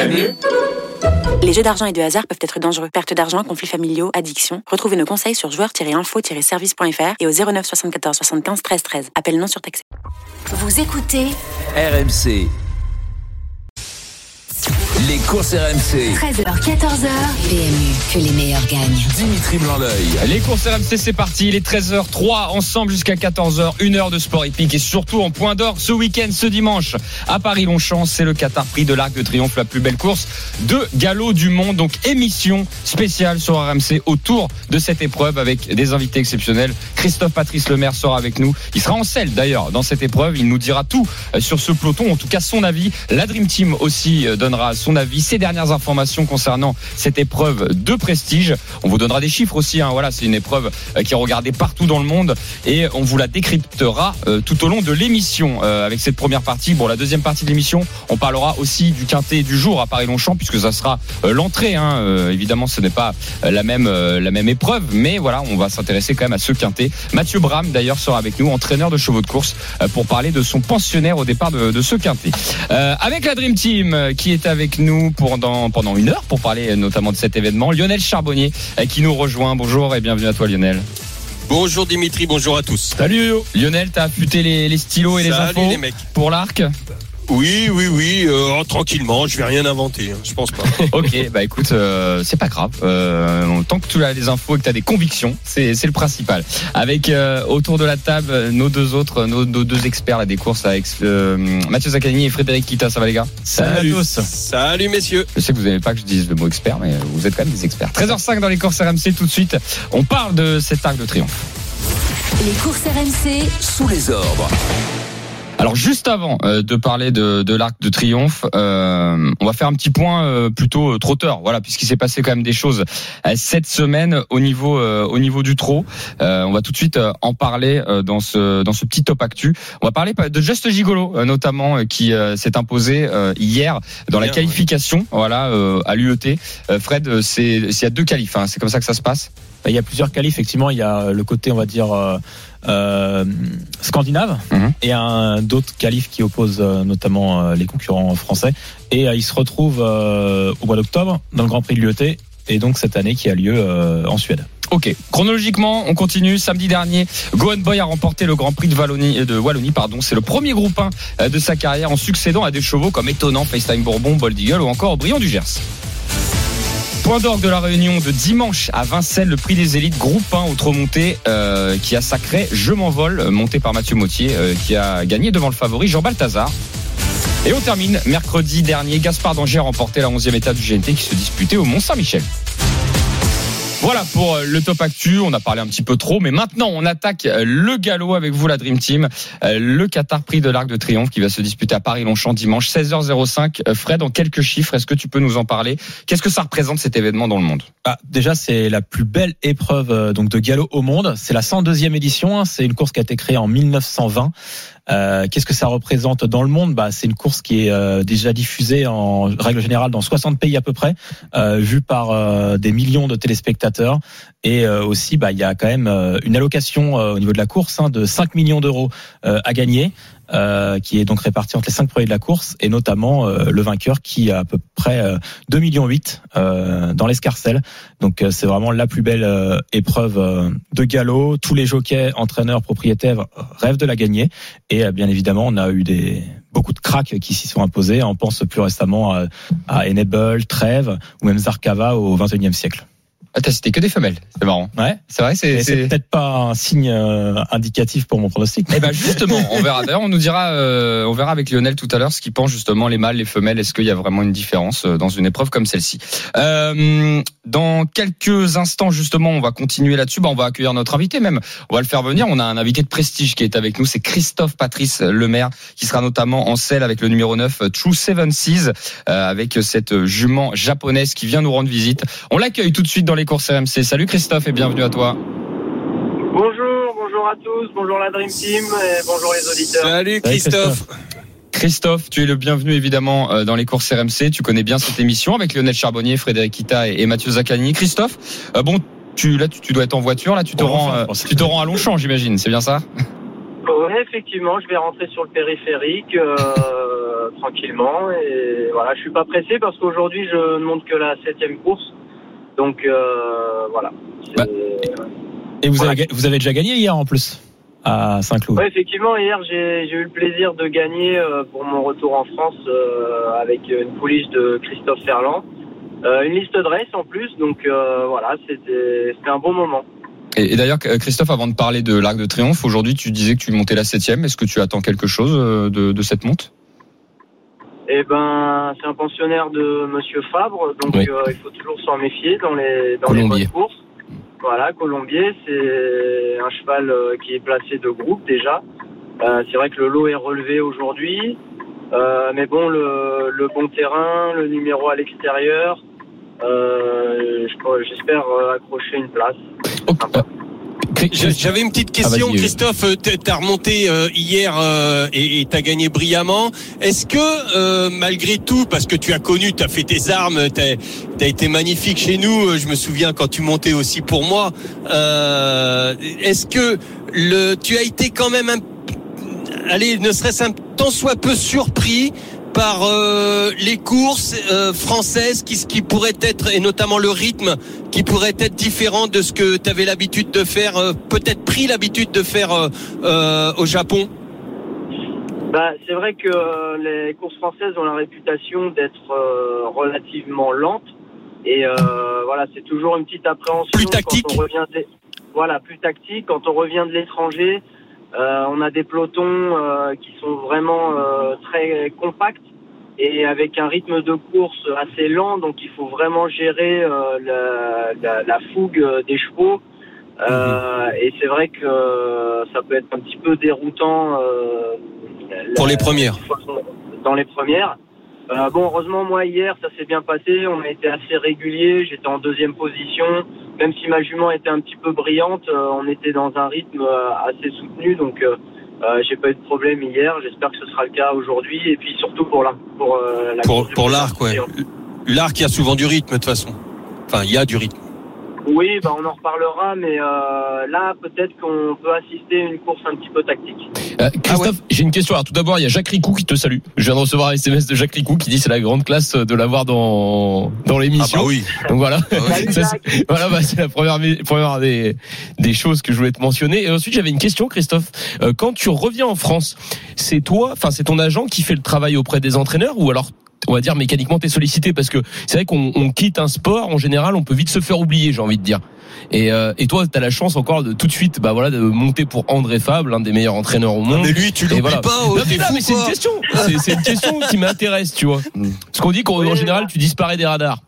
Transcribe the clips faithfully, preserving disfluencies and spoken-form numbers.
gagner. Les jeux d'argent et de hasard peuvent être dangereux. Perte d'argent, conflits familiaux, addiction. Retrouvez nos conseils sur joueurs tiret info tiret service point f r et au zéro neuf soixante-quatorze soixante-quinze treize treize. Appel non surtaxé. Vous écoutez R M C. Les courses R M C. treize heures quatorze heures. P M U, que les meilleurs gagnent. Dimitri Blanc-L'œil. Les courses R M C, c'est parti. Il est treize heures trois ensemble jusqu'à quatorze heures. Une heure de sport hippique et surtout en point d'or ce week-end, ce dimanche à Paris-Longchamp. C'est le Qatar Prix de l'Arc de Triomphe, la plus belle course de galop du monde. Donc émission spéciale sur R M C autour de cette épreuve avec des invités exceptionnels. Christophe Patrice Lemaire sera avec nous. Il sera en selle d'ailleurs dans cette épreuve. Il nous dira tout sur ce peloton, en tout cas son avis. La Dream Team aussi donnera son avis, ses dernières informations concernant cette épreuve de prestige. On vous donnera des chiffres aussi, hein. Voilà, c'est une épreuve qui est regardée partout dans le monde et on vous la décryptera euh, tout au long de l'émission euh, avec cette première partie. Bon, la deuxième partie de l'émission, on parlera aussi du quintet du jour à Paris-Longchamp puisque ça sera euh, l'entrée, hein. euh, évidemment ce n'est pas euh, la même euh, la même épreuve, mais voilà, on va s'intéresser quand même à ce quintet. Mathieu Bram d'ailleurs sera avec nous, entraîneur de chevaux de course, euh, pour parler de son pensionnaire au départ de, de ce quintet. Euh, avec la Dream Team euh, qui est avec nous pendant, pendant une heure pour parler notamment de cet événement. Lionel Charbonnier qui nous rejoint. Bonjour et bienvenue à toi Lionel. Bonjour Dimitri, bonjour à tous. Salut Lionel, t'as affûté les, les stylos et les Salut infos les mecs. Pour l'arc? Oui, oui, oui, euh, tranquillement, je vais rien inventer, hein, je pense pas. Ok, bah écoute, euh, c'est pas grave. Euh, tant que tu as les infos et que tu as des convictions, c'est, c'est le principal. Avec euh, autour de la table nos deux autres, nos, nos deux experts là, des courses, avec euh, Mathieu Zaccagni et Frédéric Kita. Ça va les gars? Salut à tous. Salut messieurs. Je sais que vous n'aimez pas que je dise le mot expert, mais vous êtes quand même des experts. treize heures cinq dans les courses R M C. Tout de suite, on parle de cet Arc de Triomphe. Les courses R M C Sous les ordres. Alors juste avant euh, de parler de, de l'Arc de Triomphe, euh, on va faire un petit point euh, plutôt euh, trotteur, voilà, puisqu'il s'est passé quand même des choses euh, cette semaine au niveau euh, au niveau du trot. Euh, on va tout de suite euh, en parler euh, dans ce dans ce petit top actu. On va parler de Just Gigolo euh, notamment euh, qui euh, s'est imposé euh, hier dans la qualification, ouais. Voilà, euh, à l'U E T. Euh, Fred, c'est s'il y a deux qualifs, hein, c'est comme ça que ça se passe. Il y a plusieurs qualifs, effectivement. Il y a le côté, on va dire, euh, euh, scandinave mmh. et un d'autres qualifs qui opposent euh, notamment euh, les concurrents français. Et euh, ils se retrouvent euh, au mois d'octobre dans le Grand Prix de l'U E T et donc cette année qui a lieu euh, en Suède. Ok, chronologiquement, on continue. Samedi dernier, Go On Boy a remporté le Grand Prix de Wallonie, de Wallonie pardon. C'est le premier groupe un de sa carrière en succédant à des chevaux comme Étonnant, FaceTime Bourbon, Bold Eagle ou encore Brillant du Gers. Point d'orgue de la réunion de dimanche à Vincennes, le prix des élites groupe un au trot monté euh, qui a sacré Je m'envole, monté par Mathieu Mottier, euh, qui a gagné devant le favori Jean Balthazar. Et on termine mercredi dernier, Gaspard d'Angers a remporté la onzième étape du G N T qui se disputait au Mont-Saint-Michel. Voilà pour le top actu, on a parlé un petit peu trop, mais maintenant on attaque le galop avec vous la Dream Team, le Qatar Prix de l'Arc de Triomphe qui va se disputer à Paris-Longchamp dimanche seize heures cinq. Fred, en quelques chiffres, est-ce que tu peux nous en parler? Qu'est-ce que ça représente cet événement dans le monde? Ah, déjà c'est la plus belle épreuve donc de galop au monde, c'est la cent deuxième édition, c'est une course qui a été créée en mille neuf cent vingt. Euh, qu'est-ce que ça représente dans le monde? Bah, c'est une course qui est euh, déjà diffusée en règle générale dans soixante pays à peu près, euh, vue par euh, des millions de téléspectateurs. Et euh, aussi, bah, il y a quand même euh, une allocation euh, au niveau de la course hein, de cinq millions d'euros euh, à gagner. Euh, qui est donc réparti entre les cinq premiers de la course et notamment euh, le vainqueur qui a à peu près euh, deux virgule huit millions euh, dans l'escarcelle. Donc euh, c'est vraiment la plus belle euh, épreuve euh, de galop. Tous les jockeys, entraîneurs, propriétaires rêvent de la gagner et euh, bien évidemment on a eu des beaucoup de cracks qui s'y sont imposés. On pense plus récemment à, à Enable, Trèves ou même Zarkava au vingt et unième siècle. Ah, t'as cité que des femelles, c'est marrant. Ouais, c'est vrai, c'est, c'est... c'est peut-être pas un signe euh, indicatif pour mon pronostic. Eh ben justement, on verra. D'ailleurs, on nous dira, euh, on verra avec Lionel tout à l'heure ce qu'il pense justement les mâles, les femelles. Est-ce qu'il y a vraiment une différence dans une épreuve comme celle-ci? euh, Dans quelques instants, justement, on va continuer là-dessus. Bah, on va accueillir notre invité même. On va le faire venir. On a un invité de prestige qui est avec nous. C'est Christophe Patrice Lemaire, qui sera notamment en selle avec le numéro neuf True Seven Seas, euh, avec cette jument japonaise qui vient nous rendre visite. On l'accueille tout de suite dans les courses R M C. Salut Christophe et bienvenue à toi. Bonjour, bonjour à tous, bonjour la Dream Team et bonjour les auditeurs. Salut Christophe. Christophe, tu es le bienvenu évidemment dans les courses R M C. Tu connais bien cette émission avec Lionel Charbonnier, Frédéric Kita et Mathieu Zaccagni. Christophe, euh, bon, tu là tu, tu dois être en voiture, là tu te oh, rends, euh, tu te rends à Longchamp, j'imagine. C'est bien ça? Oui, effectivement, je vais rentrer sur le périphérique. Euh, tranquillement. Et voilà, je suis pas pressé parce qu'aujourd'hui, je ne monte que la septième course. Donc, euh, voilà. Bah, et vous, voilà. avez, vous avez déjà gagné hier en plus à Saint-Cloud. Oui, effectivement, hier, j'ai, j'ai eu le plaisir de gagner euh, pour mon retour en France euh, avec une pouliche de Christophe Ferland. Euh, une liste de race en plus, donc euh, voilà, c'était, c'était un bon moment. Et, et d'ailleurs, Christophe, avant de parler de l'Arc de Triomphe, aujourd'hui, tu disais que tu montais la septième. Est-ce que tu attends quelque chose de, de cette monte ? Eh ben, c'est un pensionnaire de Monsieur Fabre, donc oui. euh, il faut toujours s'en méfier dans les dans les bonnes courses. Voilà, Colombier, c'est un cheval euh, qui est placé de groupe déjà. Euh, c'est vrai que le lot est relevé aujourd'hui, euh, mais bon, le, le bon terrain, le numéro à l'extérieur, euh, j'espère accrocher une place. Okay. J'avais une petite question, ah, Christophe. T'as remonté euh, hier euh, et t'as gagné brillamment. Est-ce que euh, malgré tout, parce que tu as connu, t'as fait tes armes, t'as, t'as été magnifique chez nous. Je me souviens quand tu montais aussi pour moi. Euh, est-ce que le, tu as été quand même, un, allez, ne serait-ce un tant soit peu surpris par euh, les courses euh, françaises qui, qui pourraient être, et notamment le rythme qui pourrait être différent de ce que tu avais l'habitude de faire, euh, peut-être pris l'habitude de faire euh, euh, au Japon? Bah, c'est vrai que euh, les courses françaises ont la réputation d'être euh, relativement lentes et euh, voilà, c'est toujours une petite appréhension. Plus tactique. Quand on revient de... Voilà, plus tactique. Quand on revient de l'étranger, euh, on a des pelotons euh, qui sont vraiment euh, très compacts et avec un rythme de course assez lent, donc il faut vraiment gérer euh, la, la, la fougue des chevaux. Euh, et c'est vrai que euh, ça peut être un petit peu déroutant euh, pour la, les premières. Dans les premières. Euh, bon, heureusement, moi hier, ça s'est bien passé. On a été assez régulier. J'étais en deuxième position. Même si ma jument était un petit peu brillante, euh, on était dans un rythme euh, assez soutenu. Donc, euh, euh, j'ai pas eu de problème hier. J'espère que ce sera le cas aujourd'hui. Et puis surtout pour la pour euh, la pour, pour l'arc, ouais. L'arc, il y a souvent du rythme de toute façon. Enfin, il y a du rythme. Oui, bah on en reparlera, mais euh, là, peut-être qu'on peut assister à une course un petit peu tactique. Euh, Christophe, ah ouais. J'ai une question. Alors, tout d'abord, il y a Jacques Ricou qui te salue. Je viens de recevoir un S M S de Jacques Ricou qui dit c'est la grande classe de l'avoir dans dans l'émission. Ah bah oui. Donc voilà. Ah oui. Ça, c'est, voilà, bah, c'est la première première des des choses que je voulais te mentionner. Et ensuite, j'avais une question, Christophe. Euh, quand tu reviens en France, c'est toi, enfin, c'est ton agent qui fait le travail auprès des entraîneurs ou alors on va dire mécaniquement t'es sollicité parce que c'est vrai qu'on on quitte un sport en général on peut vite se faire oublier, j'ai envie de dire, et euh, et toi t'as la chance encore de tout de suite bah voilà de monter pour André Fabre, l'un des meilleurs entraîneurs au monde. Mais lui tu l'oublies voilà. pas oh, non, mais, là, mais c'est une question c'est, c'est une question qui m'intéresse, tu vois, parce qu'on dit qu'en oui, général tu disparais des radars.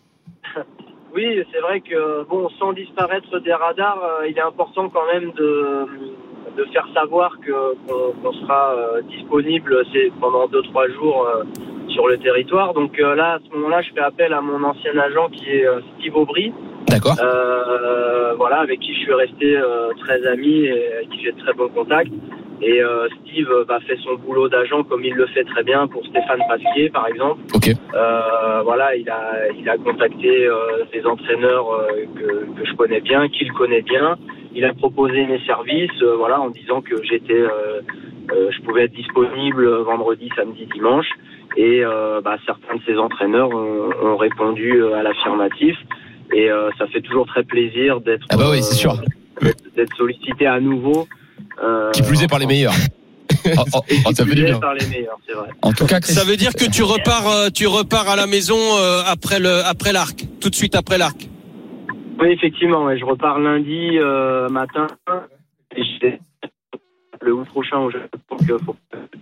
Oui, c'est vrai que bon, sans disparaître des radars, euh, il est important quand même de de faire savoir que qu'on, qu'on sera euh, disponible c'est pendant deux trois jours euh, sur le territoire. Donc euh, là, à ce moment-là, je fais appel à mon ancien agent qui est euh, Steve Aubry. D'accord. Euh, voilà, avec qui je suis resté euh, très ami et avec qui j'ai de très bons contacts. Et euh, Steve bah, fait son boulot d'agent comme il le fait très bien pour Stéphane Pasquier, par exemple. Ok. Euh, voilà, il a il a contacté euh, des entraîneurs euh, que que je connais bien, qu'il connaît bien. Il a proposé mes services, euh, voilà, en disant que j'étais, euh, euh, je pouvais être disponible vendredi, samedi, dimanche. Et euh, bah, certains de ces entraîneurs ont, ont répondu à l'affirmatif. Et euh, ça fait toujours très plaisir d'être, ah bah oui, c'est sûr. euh, d'être, d'être sollicité à nouveau. Euh, Qui plus est par les meilleurs. oh, oh, oh, ça fait du bien. Par les meilleurs, c'est vrai. En tout cas, ça veut dire que tu repars, euh, tu repars à la maison euh, après le, après l'arc, tout de suite après l'arc. Oui, effectivement, ouais, je repars lundi euh, matin et je vais le août prochain au Japon. Donc, euh, faut...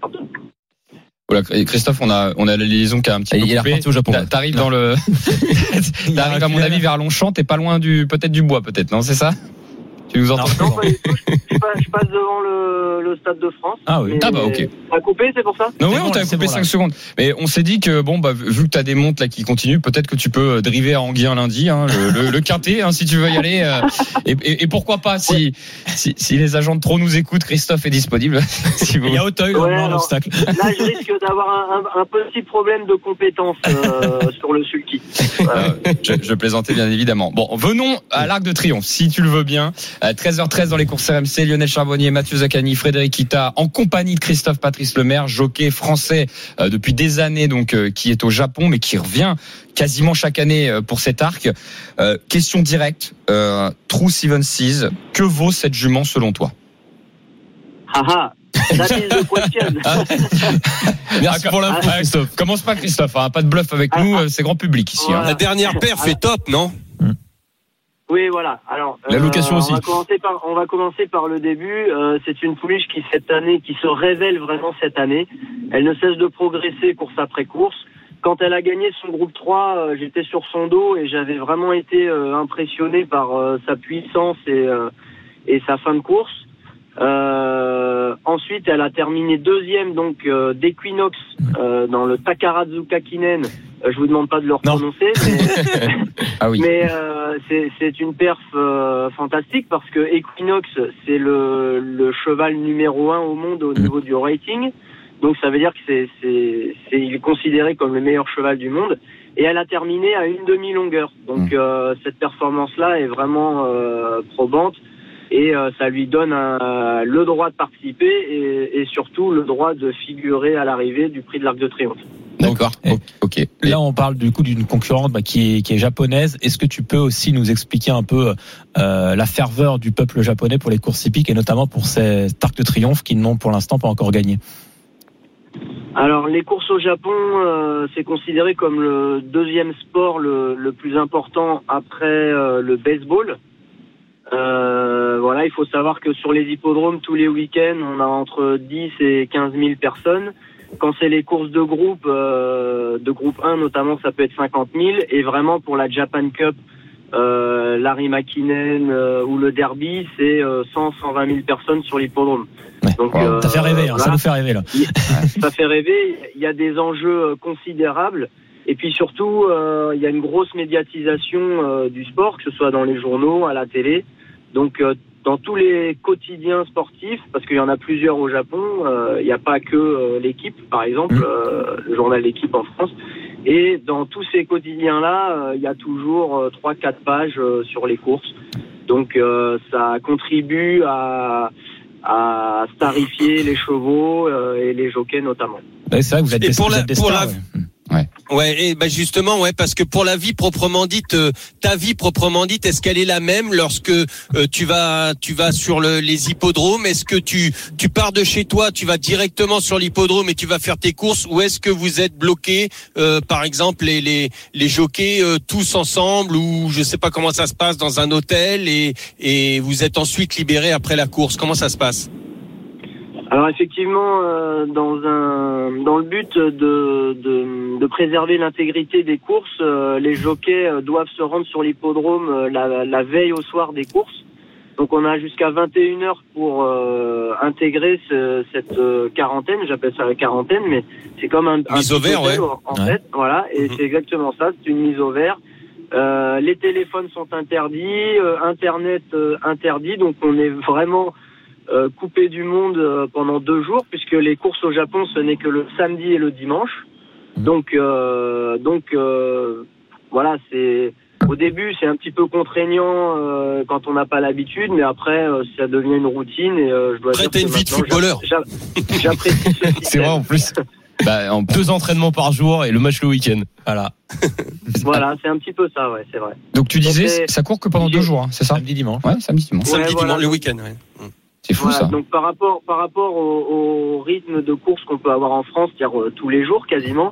Voilà, Christophe, on a on a la liaison qui a un petit peu coupé. Il est reparti au Japon. T'arrives dans le, t'arrives à mon avis vers Longchamp. T'es pas loin du, peut-être du bois, peut-être, non, c'est ça? Tu nous entends? Non, pas du tout. Je passe, je passe devant le, le Stade de France. Ah oui. Ah bah ok. T'as coupé, c'est pour ça? Non, oui, bon, on t'a là, coupé bon, cinq secondes. Mais on s'est dit que bon, bah vu que t'as des montes là qui continuent, peut-être que tu peux driver à Anguien lundi, hein, le, le, le quintet, hein, si tu veux y aller. Euh, et, et, et pourquoi pas si, si si les agents de trop nous écoutent, Christophe est disponible. Si vous... Il y a Auteuil, ouais, là, l'obstacle. Là, je risque d'avoir un, un, un petit problème de compétence euh, sur le sulky. Euh, je, je plaisantais bien évidemment. Bon, venons à l'Arc de Triomphe, si tu le veux bien. treize heures treize dans les courses R M C. Lionel Charbonnier, Mathieu Zaccani, Frédéric Kita, en compagnie de Christophe Patrice Lemaire, jockey français euh, depuis des années, donc euh, qui est au Japon, mais qui revient quasiment chaque année euh, pour cet arc. Euh, question directe, euh, True Seven Seas, que vaut cette jument selon toi? Haha. That is the question. Merci pour l'info, Christophe. Commence pas, Christophe, hein, pas de bluff avec ah, nous, ah, c'est grand public ici. voilà. Hein. La dernière paire fait top, non? Oui, voilà. Alors, la location euh, aussi. On va commencer par, on va commencer par le début. Euh, c'est une pouliche qui cette année, qui se révèle vraiment cette année. Elle ne cesse de progresser course après course. Quand elle a gagné son groupe trois, euh, j'étais sur son dos et j'avais vraiment été euh, impressionné par euh, sa puissance et, euh, et sa fin de course. Euh, ensuite, elle a terminé deuxième donc euh, d'Equinox euh, dans le Takarazuka Kinen. Euh, je vous demande pas de le prononcer, mais, ah oui. mais euh, c'est, c'est une perf euh, fantastique parce que Equinox c'est le, le cheval numéro un au monde au niveau du rating. Donc ça veut dire que c'est, c'est, c'est il est considéré comme le meilleur cheval du monde. Et elle a terminé à une demi-longueur. Donc euh, cette performance-là est vraiment euh, probante. Et euh, ça lui donne un, le droit de participer et, et surtout le droit de figurer à l'arrivée du prix de l'Arc de Triomphe. D'accord. Ok. Là, on parle du coup d'une concurrente bah, qui est qui est japonaise. Est-ce que tu peux aussi nous expliquer un peu euh, la ferveur du peuple japonais pour les courses hippiques et notamment pour cet Arc de Triomphe qui n'ont pour l'instant pas encore gagné? Alors les courses au Japon, euh, c'est considéré comme le deuxième sport le, le plus important après euh, le baseball. Euh, voilà, il faut savoir que sur les hippodromes, tous les week-ends, on a entre dix et quinze mille personnes. Quand c'est les courses de groupe, euh, de groupe un notamment, ça peut être cinquante mille. Et vraiment pour la Japan Cup, euh, Larry McKinnon euh, ou le Derby, c'est euh, cent à cent vingt mille personnes sur l'hippodrome. Ouais. Donc, Wow. euh, ça fait rêver, hein, voilà. ça nous fait rêver là. Ça fait rêver. Il y a des enjeux considérables. Et puis surtout, euh, il y a une grosse médiatisation euh, du sport, que ce soit dans les journaux, à la télé. Donc, euh, dans tous les quotidiens sportifs, parce qu'il y en a plusieurs au Japon, euh, il n'y a pas que euh, l'équipe, par exemple, euh, le journal L'équipe en France. Et dans tous ces quotidiens-là, euh, il y a toujours euh, trois quatre pages euh, sur les courses. Donc, euh, ça contribue à, à starifier les chevaux euh, et les jockeys notamment. Ouais, c'est vrai que vous êtes Et des, pour vous la- êtes des pour stars, la- ouais. Ouais, et bah justement, ouais, parce que pour la vie proprement dite, euh, ta vie proprement dite, est-ce qu'elle est la même lorsque euh, tu vas, tu vas sur le, les hippodromes? Est-ce que tu, tu pars de chez toi, tu vas directement sur l'hippodrome et tu vas faire tes courses, ou est-ce que vous êtes bloqués, euh, par exemple les les les jockeys euh, tous ensemble, ou je sais pas comment ça se passe dans un hôtel et et vous êtes ensuite libérés après la course? Comment ça se passe? Alors effectivement, euh, dans un dans le but de de, de préserver l'intégrité des courses, euh, les jockeys euh, doivent se rendre sur l'hippodrome euh, la, la veille au soir des courses. Donc on a jusqu'à vingt et une heures pour euh, intégrer ce, cette euh, quarantaine, j'appelle ça la quarantaine, mais c'est comme un, un Mise au vert, hôtel, ouais. en Ouais. fait, voilà, et Mhm. c'est exactement ça, c'est une mise au vert. Euh, les téléphones sont interdits, euh, Internet euh, interdit, donc on est vraiment euh, coupé du monde euh, pendant deux jours, puisque les courses au Japon, ce n'est que le samedi et le dimanche. Donc, euh, donc euh, voilà, c'est au début, c'est un petit peu contraignant euh, quand on n'a pas l'habitude, mais après, euh, ça devient une routine et euh, je dois Après, dire t'as que une vie de maintenant, footballeur. j'a- j'a- J'apprécie ce système. C'est vrai en plus. Bah, en deux entraînements par jour et le match le week-end. Voilà. Voilà, c'est un petit peu ça, ouais, c'est vrai. Donc tu disais, Donc, c'est- ça court que pendant deux jours, hein, c'est ça? Samedi, dimanche. Ouais, samedi, dimanche. Samedi, voilà. dimanche, le week-end, ouais. C'est fou Voilà, ça. donc par rapport par rapport au, au rythme de course qu'on peut avoir en France, c'est-à-dire euh, tous les jours quasiment,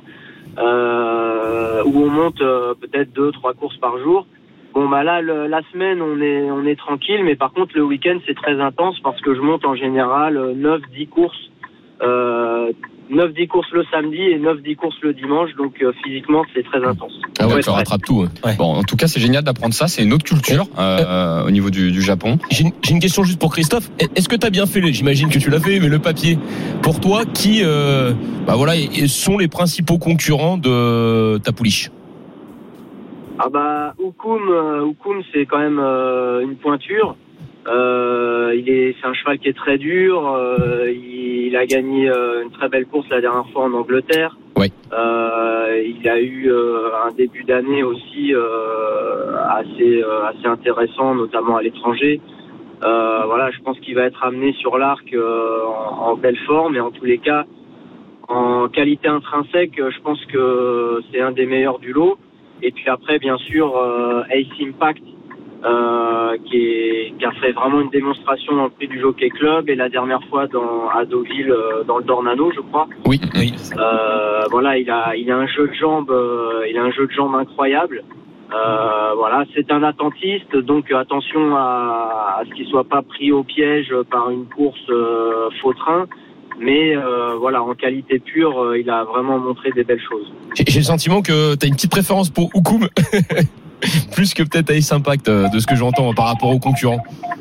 euh, où on monte euh, peut-être deux trois courses par jour. Bon bah là le, la semaine on est on est tranquille, mais par contre le week-end c'est très intense parce que je monte en général euh, neuf dix courses, euh, neuf dix courses le samedi et neuf dix courses le dimanche, donc euh, physiquement c'est très intense. Ah ouais, Ouais, tu ouais. rattrapes tout. Ouais. Ouais. Bon, en tout cas, c'est génial d'apprendre ça. C'est une autre culture euh, au niveau du, du Japon. J'ai une, j'ai une question juste pour Christophe. Est-ce que tu as bien fait, le- j'imagine que tu l'as fait, mais le papier, pour toi, qui euh, bah voilà, et- sont les principaux concurrents de ta pouliche? Ah bah Oukoum, euh, Oukoum c'est quand même euh, une pointure. Euh, il est, c'est un cheval qui est très dur. Euh, il, il a gagné euh, une très belle course la dernière fois en Angleterre. Ouais. Euh, il a eu euh, un début d'année aussi euh, assez euh, assez intéressant, notamment à l'étranger. Euh, voilà, je pense qu'il va être amené sur l'arc euh, en, en belle forme, et en tous les cas, en qualité intrinsèque, je pense que c'est un des meilleurs du lot. Et puis après, bien sûr, euh, Ace Impact, euh, qui, est, qui a fait vraiment une démonstration dans le prix du Jockey Club, et la dernière fois dans, à Deauville, euh, dans le Dornano, je crois. Oui, oui. Euh, voilà, il a, il a un jeu de jambes, euh, il a un jeu de jambes incroyable. Euh, voilà, c'est un attentiste, donc attention à, à ce qu'il soit pas pris au piège par une course euh, faux train. Mais euh, voilà, en qualité pure, euh, il a vraiment montré des belles choses. J'ai, j'ai le sentiment que tu as une petite préférence pour Oukoum, plus que peut-être Ace Impact, euh, de ce que j'entends par rapport aux concurrents.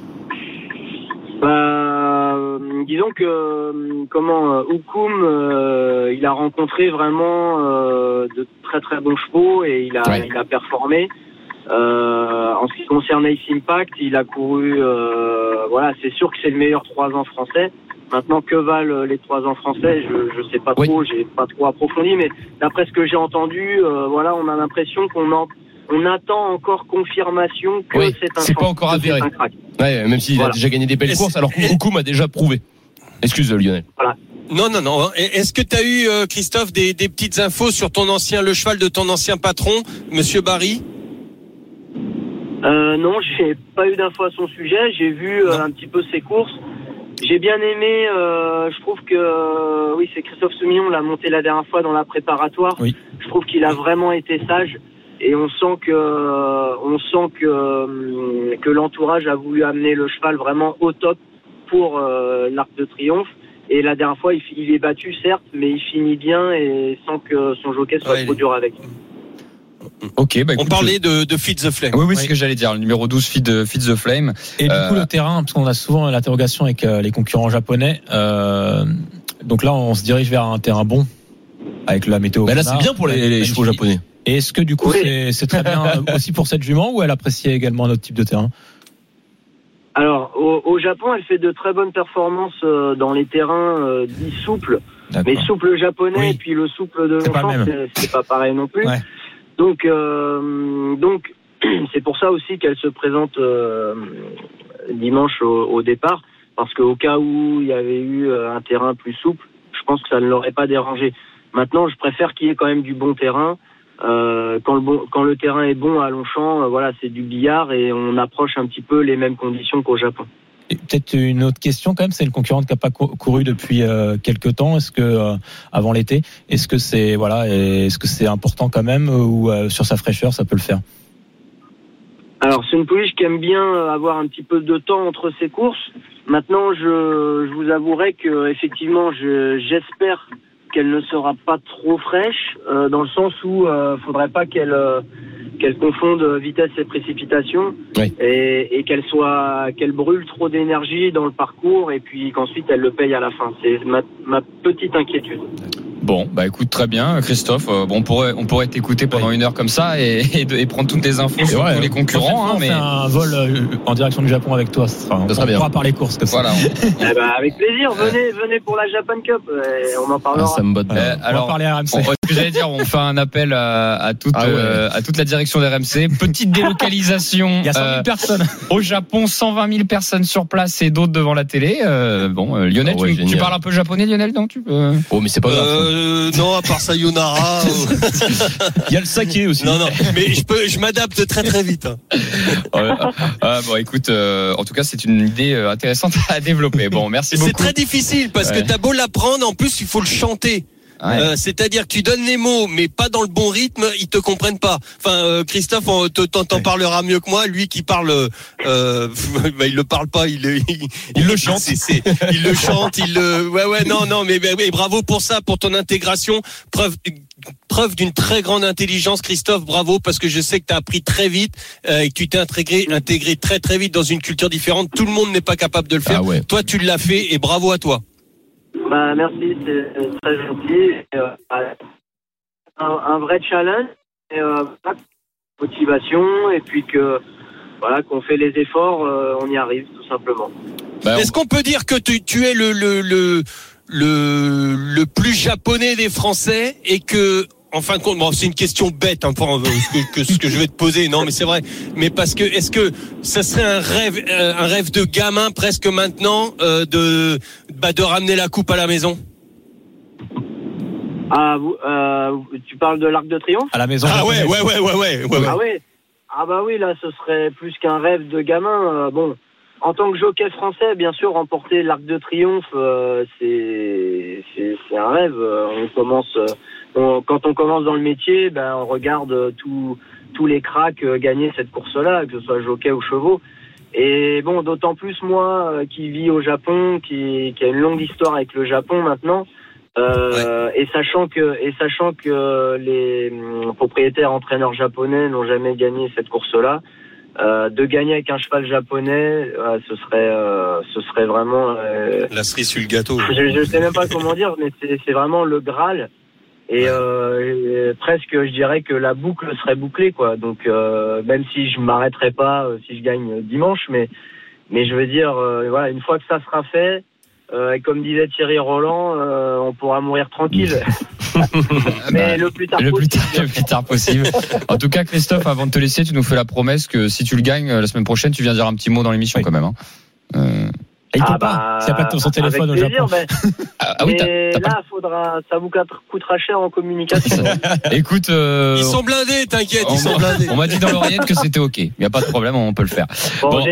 Bah, euh, disons que euh, comment euh, Oukoum, euh, il a rencontré vraiment euh, de très très bons chevaux, et il a ouais. il a performé. Euh, en ce qui concerne Ace Impact, il a couru. Euh, voilà, c'est sûr que c'est le meilleur trois ans français. Maintenant, que valent les trois ans français, je je sais pas trop, oui. j'ai pas trop approfondi, mais d'après ce que j'ai entendu, euh, voilà, on a l'impression qu'on en, on attend encore confirmation que oui, c'est un c'est pas encore avéré. Ouais, même s'il voilà. a déjà gagné des belles et courses, alors qu'Oukoum a déjà prouvé. Excuse Lionel. Voilà. Non, non, non. Est-ce que tu as eu, euh, Christophe, des, des petites infos sur ton ancien, le cheval de ton ancien patron, Monsieur Barry? Euh, non, j'ai pas eu d'infos à son sujet. J'ai vu euh, un petit peu ses courses. J'ai bien aimé, euh, je trouve que, euh, oui, c'est Christophe Soumillon l'a monté la dernière fois dans la préparatoire. Oui. Je trouve qu'il a vraiment été sage, et on sent que, euh, on sent que, euh, que l'entourage a voulu amener le cheval vraiment au top pour euh, l'Arc de Triomphe. Et la dernière fois, il, il est battu, certes, mais il finit bien et sans que son jockey soit ouais, trop dur avec. Ok, bah, écoute, on parlait de, de Feed the Flame. Oui, oui, oui. c'est ce que j'allais dire, le numéro douze, Feed, Feed the Flame. Et euh... du coup, le terrain, parce qu'on a souvent l'interrogation avec euh, les concurrents japonais. Euh, donc là, on se dirige vers un terrain bon avec la météo. Bah là, c'est bien pour les, les chevaux japonais. Et est-ce que du coup, oui. c'est, c'est très bien aussi pour cette jument, ou elle appréciait également notre type de terrain? Alors, au, au Japon, elle fait de très bonnes performances euh, dans les terrains euh, dits souples. D'accord. Mais souple japonais oui. et puis le souple de Longchamp, c'est, c'est pas pareil non plus. Ouais. Donc, euh, donc, c'est pour ça aussi qu'elle se présente euh, dimanche au, au départ, parce qu'au cas où il y avait eu un terrain plus souple, je pense que ça ne l'aurait pas dérangé. Maintenant, je préfère qu'il y ait quand même du bon terrain. Euh, quand le bon, quand le terrain est bon à Longchamp, euh, voilà, c'est du billard, et on approche un petit peu les mêmes conditions qu'au Japon. Et peut-être une autre question quand même, c'est une concurrente qui n'a pas couru depuis euh, quelques temps. Est-ce que euh, avant l'été, est-ce que c'est voilà, est-ce que c'est important quand même, ou euh, sur sa fraîcheur ça peut le faire? Alors c'est une pouliche qui aime bien avoir un petit peu de temps entre ses courses. Maintenant, je, je vous avouerai que effectivement, je, j'espère qu'elle ne sera pas trop fraîche, euh, dans le sens où euh, faudrait pas qu'elle euh, qu'elle confonde vitesse et précipitation, oui. et, et qu'elle soit qu'elle brûle trop d'énergie dans le parcours, et puis qu'ensuite elle le paye à la fin. C'est ma, ma petite inquiétude. Bon, bah écoute, très bien, Christophe. Euh, bon, on pourrait, on pourrait t'écouter pendant oui. une heure comme ça et, et, de, et prendre toutes les infos sur tous les concurrents. Hein, on mais fait un vol euh, en direction du Japon avec toi, ça sera, ça sera on bien. Pourra parler courses comme voilà, ça. On... eh ben, avec plaisir, venez, venez pour la Japan Cup. Et on en parlera. Ah, ça me botte bien. Euh, alors, on va parler à R M C. On, ce que j'allais dire, on fait un appel à, à toute, ah ouais. euh, à toute la direction d'R M C. Petite délocalisation. Il y a cent mille euh, personnes au Japon, cent vingt mille personnes sur place et d'autres devant la télé. Euh, bon, euh, Lionel, oh ouais, tu, tu parles un peu japonais, Lionel, non tu peux... Oh, mais c'est pas grave. Euh, non, à part sayonara. Il y a le saké aussi. Non, non, mais je peux, je m'adapte très très vite. Ouais. Ah, bon, écoute, euh, en tout cas, c'est une idée intéressante à développer. Bon, merci beaucoup. C'est très difficile parce ouais. que t'as beau l'apprendre, en plus, il faut le chanter. Ouais. Euh, c'est-à-dire que tu donnes les mots, mais pas dans le bon rythme, ils te comprennent pas. Enfin, euh, Christophe, on t'en, t'en ouais. parlera mieux que moi. Lui qui parle, euh, bah, il le parle pas, il, il, il, il le chante. C'est, c'est, il le chante, il le, ouais, ouais, non, non, mais, mais bravo pour ça, pour ton intégration. Preuve, preuve d'une très grande intelligence, Christophe. Bravo, parce que je sais que tu as appris très vite euh, et que tu t'es intégré, intégré très très vite dans une culture différente. Tout le monde n'est pas capable de le faire. Ah ouais. Toi, tu l'as fait et bravo à toi. Bah, merci, c'est très gentil. Euh, un, un vrai challenge, et, euh, motivation, et puis que voilà, qu'on fait les efforts, euh, on y arrive tout simplement. Bah, Est-ce on... qu'on peut dire que tu, tu es le, le, le, le, le plus japonais des Français, et que en fin de compte, bon, c'est une question bête, hein, pour euh, ce que, que ce que je vais te poser. Non, mais c'est vrai. Mais parce que est-ce que ça serait un rêve, euh, un rêve de gamin presque maintenant euh, de bah, de ramener la coupe à la maison? Ah, vous, euh, tu parles de l'Arc de Triomphe? À la maison. Ah ouais, ouais, ouais, ouais, ouais, ouais. Ah ouais. Ah bah oui, là, ce serait plus qu'un rêve de gamin. Euh, bon, en tant que jockey français, bien sûr, remporter l'Arc de Triomphe, euh, c'est, c'est c'est un rêve. On commence, on, quand on commence dans le métier, ben on regarde tout, tous les cracks gagner cette course-là, que ce soit jockey ou chevaux. Et bon, d'autant plus moi, euh, qui vis au Japon, qui, qui a une longue histoire avec le Japon maintenant. Euh, ouais. et sachant que et sachant que les propriétaires entraîneurs japonais n'ont jamais gagné cette course-là, euh, de gagner avec un cheval japonais, euh, ce serait euh, ce serait vraiment euh, la cerise sur le gâteau. Je, je sais même pas comment dire, mais c'est c'est vraiment le Graal. Et, euh, et presque, je dirais que la boucle serait bouclée, quoi. Donc euh, même si je m'arrêterai pas, euh, si je gagne dimanche, mais mais je veux dire, euh, voilà, une fois que ça sera fait. Euh, et comme disait Thierry Roland, euh, on pourra mourir tranquille. Mais le plus tard le possible. Plus tard, le plus tard possible. En tout cas, Christophe, avant de te laisser, tu nous fais la promesse que si tu le gagnes la semaine prochaine, tu viens dire un petit mot dans l'émission, oui. Quand même. Hein. Euh... Il peut ah pas. bah, S'il n'y a pas de son téléphone au Japon. Mais, ah, ah oui, t'as, mais t'as là, pas... faudra, ça vous coûtera cher en communication. Écoute, euh... ils sont blindés, t'inquiète, on, ils sont blindés. On m'a dit dans l'oreillette que c'était ok. Il n'y a pas de problème, on peut le faire. Bon, bon.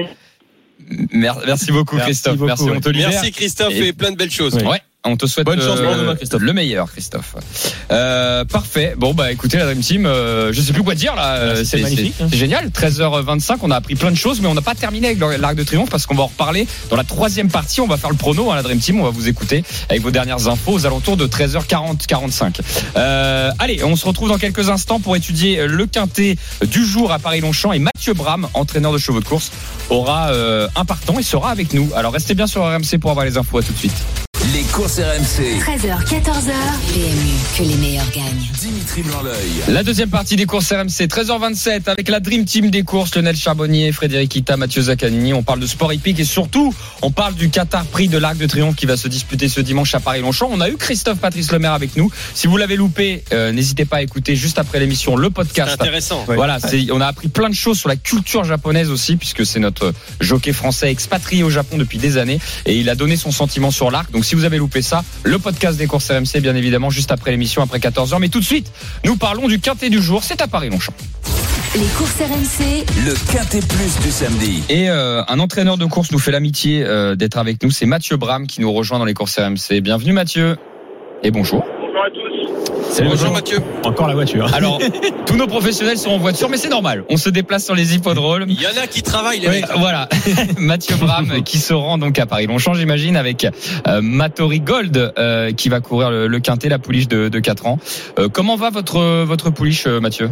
Merci beaucoup, merci Christophe. Beaucoup, merci, on te libère. Merci, Christophe, et, et plein de belles choses. Oui. Ouais. On te souhaite bonne chance euh, pour demain, Christophe. Le meilleur, Christophe. Euh, parfait. Bon bah écoutez la Dream Team, euh, je sais plus quoi dire là. C'est, c'est magnifique. C'est, c'est génial. treize heures vingt-cinq, on a appris plein de choses, mais on n'a pas terminé avec l'Arc de Triomphe parce qu'on va en reparler dans la troisième partie. On va faire le prono à la Dream Team. On va vous écouter avec vos dernières infos aux alentours de treize heures quarante quarante-cinq. Euh, allez, on se retrouve dans quelques instants pour étudier le quintet du jour à Paris-Longchamp et Mathieu Bram, entraîneur de chevaux de course, aura euh, un partant et sera avec nous. Alors restez bien sur R M C pour avoir les infos. À tout de suite. Les courses R M C. treize heures, quatorze heures. P M U, que les meilleurs gagnent. Dimitri Blanc-L'œil. La deuxième partie des courses R M C, treize heures vingt-sept, avec la Dream Team des courses, Lionel Charbonnier, Frédéric Ita, Mathieu Zaccanini. On parle de sport hippique et surtout, on parle du Qatar Prix de l'Arc de Triomphe qui va se disputer ce dimanche à Paris-Longchamp. On a eu Christophe Patrice Lemaire avec nous. Si vous l'avez loupé, euh, n'hésitez pas à écouter juste après l'émission le podcast. C'est intéressant. Voilà, c'est, on a appris plein de choses sur la culture japonaise aussi, puisque c'est notre jockey français expatrié au Japon depuis des années et il a donné son sentiment sur l'Arc. Donc si vous avez loupé ça, le podcast des courses R M C, bien évidemment, juste après l'émission, après quatorze heures. Mais tout de suite, nous parlons du quintet du jour. C'est à Paris-Longchamp. Les courses R M C. Le quintet plus du samedi. Et euh, un entraîneur de course nous fait l'amitié euh, d'être avec nous. C'est Mathieu Bram qui nous rejoint dans les courses R M C. Bienvenue Mathieu. Et bonjour. Bonjour à tous. Salut, bonjour bonjour Mathieu. Encore la voiture. Alors, tous nos professionnels sont en voiture, mais c'est normal. On se déplace sur les hippodromes. Il y en a qui travaillent, les Oui, mecs. voilà. Mathieu Bram qui se rend donc à Paris-Longchamp, j'imagine, avec euh, Matori Gold euh, qui va courir le, le quintet, la pouliche de, de quatre ans. Euh, comment va votre votre pouliche, euh, Mathieu?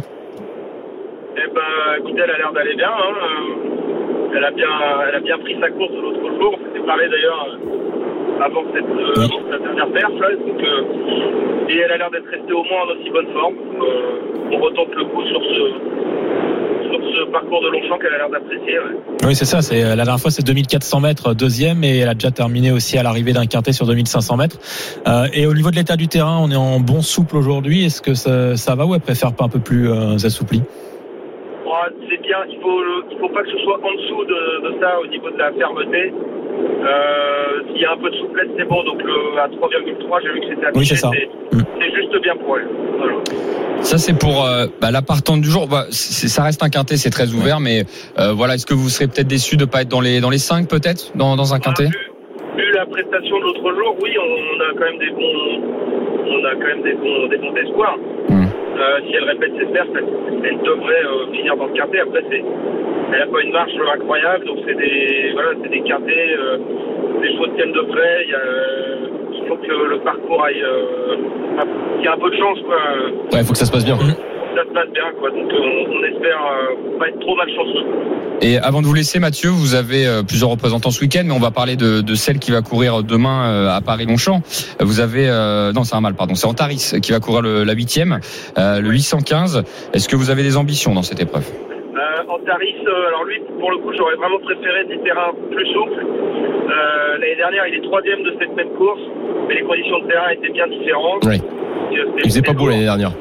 Eh ben, écoutez, elle a l'air d'aller bien. Hein. Elle a bien, elle a bien pris sa course l'autre jour. On s'était parlé d'ailleurs avant cette, euh, avant cette dernière perf là. Donc, euh, et elle a l'air d'être restée au moins en aussi bonne forme. Euh, on retente le coup sur ce sur ce parcours de Longchamp qu'elle a l'air d'apprécier. Ouais. Oui, c'est ça. C'est la dernière fois, c'est deux mille quatre cents mètres deuxième et elle a déjà terminé aussi à l'arrivée d'un quintet sur deux mille cinq cents mètres. Euh, et au niveau de l'état du terrain, on est en bon souple aujourd'hui. Est-ce que ça, ça va ou elle préfère pas un peu plus euh, assoupli? C'est bien, il faut, il faut pas que ce soit en dessous de, de ça au niveau de la fermeté. Euh, s'il y a un peu de souplesse, c'est bon. Donc le, à trois virgule trois, j'ai vu que c'était affiché. Oui, c'est ça. C'est, c'est juste bien pour elle. Voilà. Ça c'est pour euh, bah, la partante du jour. Bah, c'est, ça reste un quintet, c'est très ouvert, mais euh, voilà, est-ce que vous serez peut-être déçu de pas être dans les dans les cinq peut-être dans dans un quintet? Ah, vu, vu la prestation de l'autre jour, oui, on, on a quand même des bons, on a quand même des bons des bons espoirs. Mmh. Euh, si elle répète ses perfs, elle, elle devrait euh, finir dans le quintet. Après, c'est, elle n'a pas une marche incroyable, donc c'est des, voilà, c'est des quintets, euh, des choses tiennent de près. Il y a, euh, il faut que le parcours aille, euh, il y a un peu de chance, quoi. Ouais, il faut que ça se passe bien. Mmh. Ça se passe bien, quoi. Donc on, on espère euh, pas être trop malchanceux. Et avant de vous laisser, Mathieu, vous avez euh, plusieurs représentants ce week-end, mais on va parler de, de celle qui va courir demain euh, à Paris-Longchamp. Vous avez, euh, non, c'est un mal, pardon, c'est Antaris qui va courir le, la huitième, euh, le huit cent quinze. Est-ce que vous avez des ambitions dans cette épreuve? euh, Antaris, euh, alors lui, pour le coup, j'aurais vraiment préféré des terrains plus souples. Euh, l'année dernière, il est troisième de cette même course, mais les conditions de terrain étaient bien différentes. Oui. Il faisait pas beau l'année dernière. Mmh.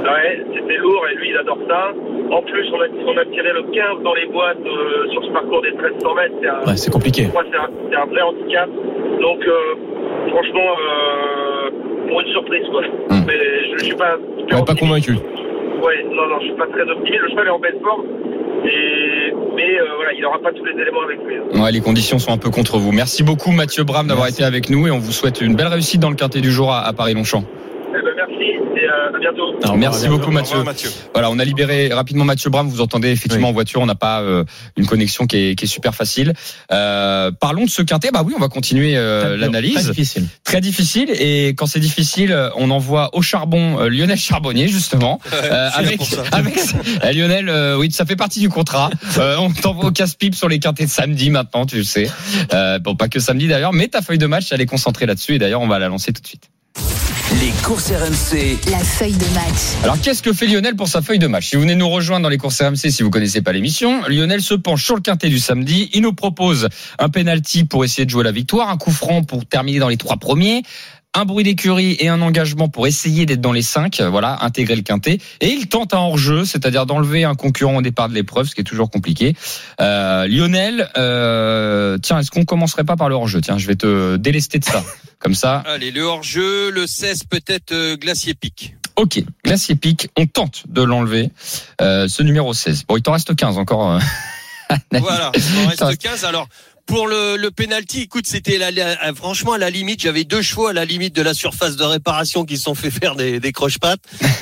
Ouais, c'était lourd et lui il adore ça. En plus on a, on a tiré le quinze dans les boîtes euh, sur ce parcours des treize cents mètres. C'est, un, ouais, c'est compliqué. Pour moi c'est un, c'est un vrai handicap. Donc euh, franchement, euh, pour une surprise quoi. Mmh. Mais je, je suis pas. Je suis pas convaincu. Ouais, non, non, je suis pas très optimiste. Le cheval est en belle forme. Et, mais euh, voilà, il n'aura pas tous les éléments avec lui. Ouais, les conditions sont un peu contre vous. Merci beaucoup Mathieu Bram d'avoir Merci. été avec nous et on vous souhaite une belle réussite dans le quintet du jour à, à Paris-Longchamp. Eh ben, merci et euh, à bientôt. Alors, merci beaucoup Mathieu. Revoir, Mathieu. Voilà, on a libéré rapidement Mathieu Bram. Vous entendez effectivement oui. en voiture, on n'a pas euh, une connexion qui est, qui est super facile. Euh, parlons de ce quintet. Bah oui, on va continuer euh, l'analyse. Très difficile. Très difficile. Et quand c'est difficile, on envoie au charbon euh, Lionel Charbonnier justement. Euh, avec, avec euh, Lionel, euh, oui, ça fait partie du contrat. Euh, on t'envoie au casse-pipe sur les quintets de samedi maintenant, tu le sais. Euh, bon, pas que samedi d'ailleurs, mais ta feuille de match, elle est concentrée là-dessus. Et d'ailleurs, on va la lancer tout de suite. Les courses R M C. La feuille de match. Alors, qu'est-ce que fait Lionel pour sa feuille de match ? Si vous venez nous rejoindre dans les courses R M C, si vous connaissez pas l'émission, Lionel se penche sur le quintet du samedi. Il nous propose un penalty pour essayer de jouer la victoire, un coup franc pour terminer dans les trois premiers, un bruit d'écurie et un engagement pour essayer d'être dans les cinq, voilà, intégrer le quintet. Et il tente un hors-jeu, c'est-à-dire d'enlever un concurrent au départ de l'épreuve, ce qui est toujours compliqué. Euh, Lionel, euh, tiens, est-ce qu'on commencerait pas par le hors-jeu ? Tiens, je vais te délester de ça. Comme ça. Allez, le hors-jeu, le seize peut-être euh, Glacier Pic. Ok, Glacier Pic, on tente de l'enlever, euh, ce numéro seize. Bon, il t'en reste quinze encore. Euh... Voilà, il t'en reste quinze. Alors, pour le, le penalty, écoute, c'était la, la, franchement à la limite. J'avais deux chevaux à la limite de la surface de réparation qui se sont fait faire des, des croche-pattes.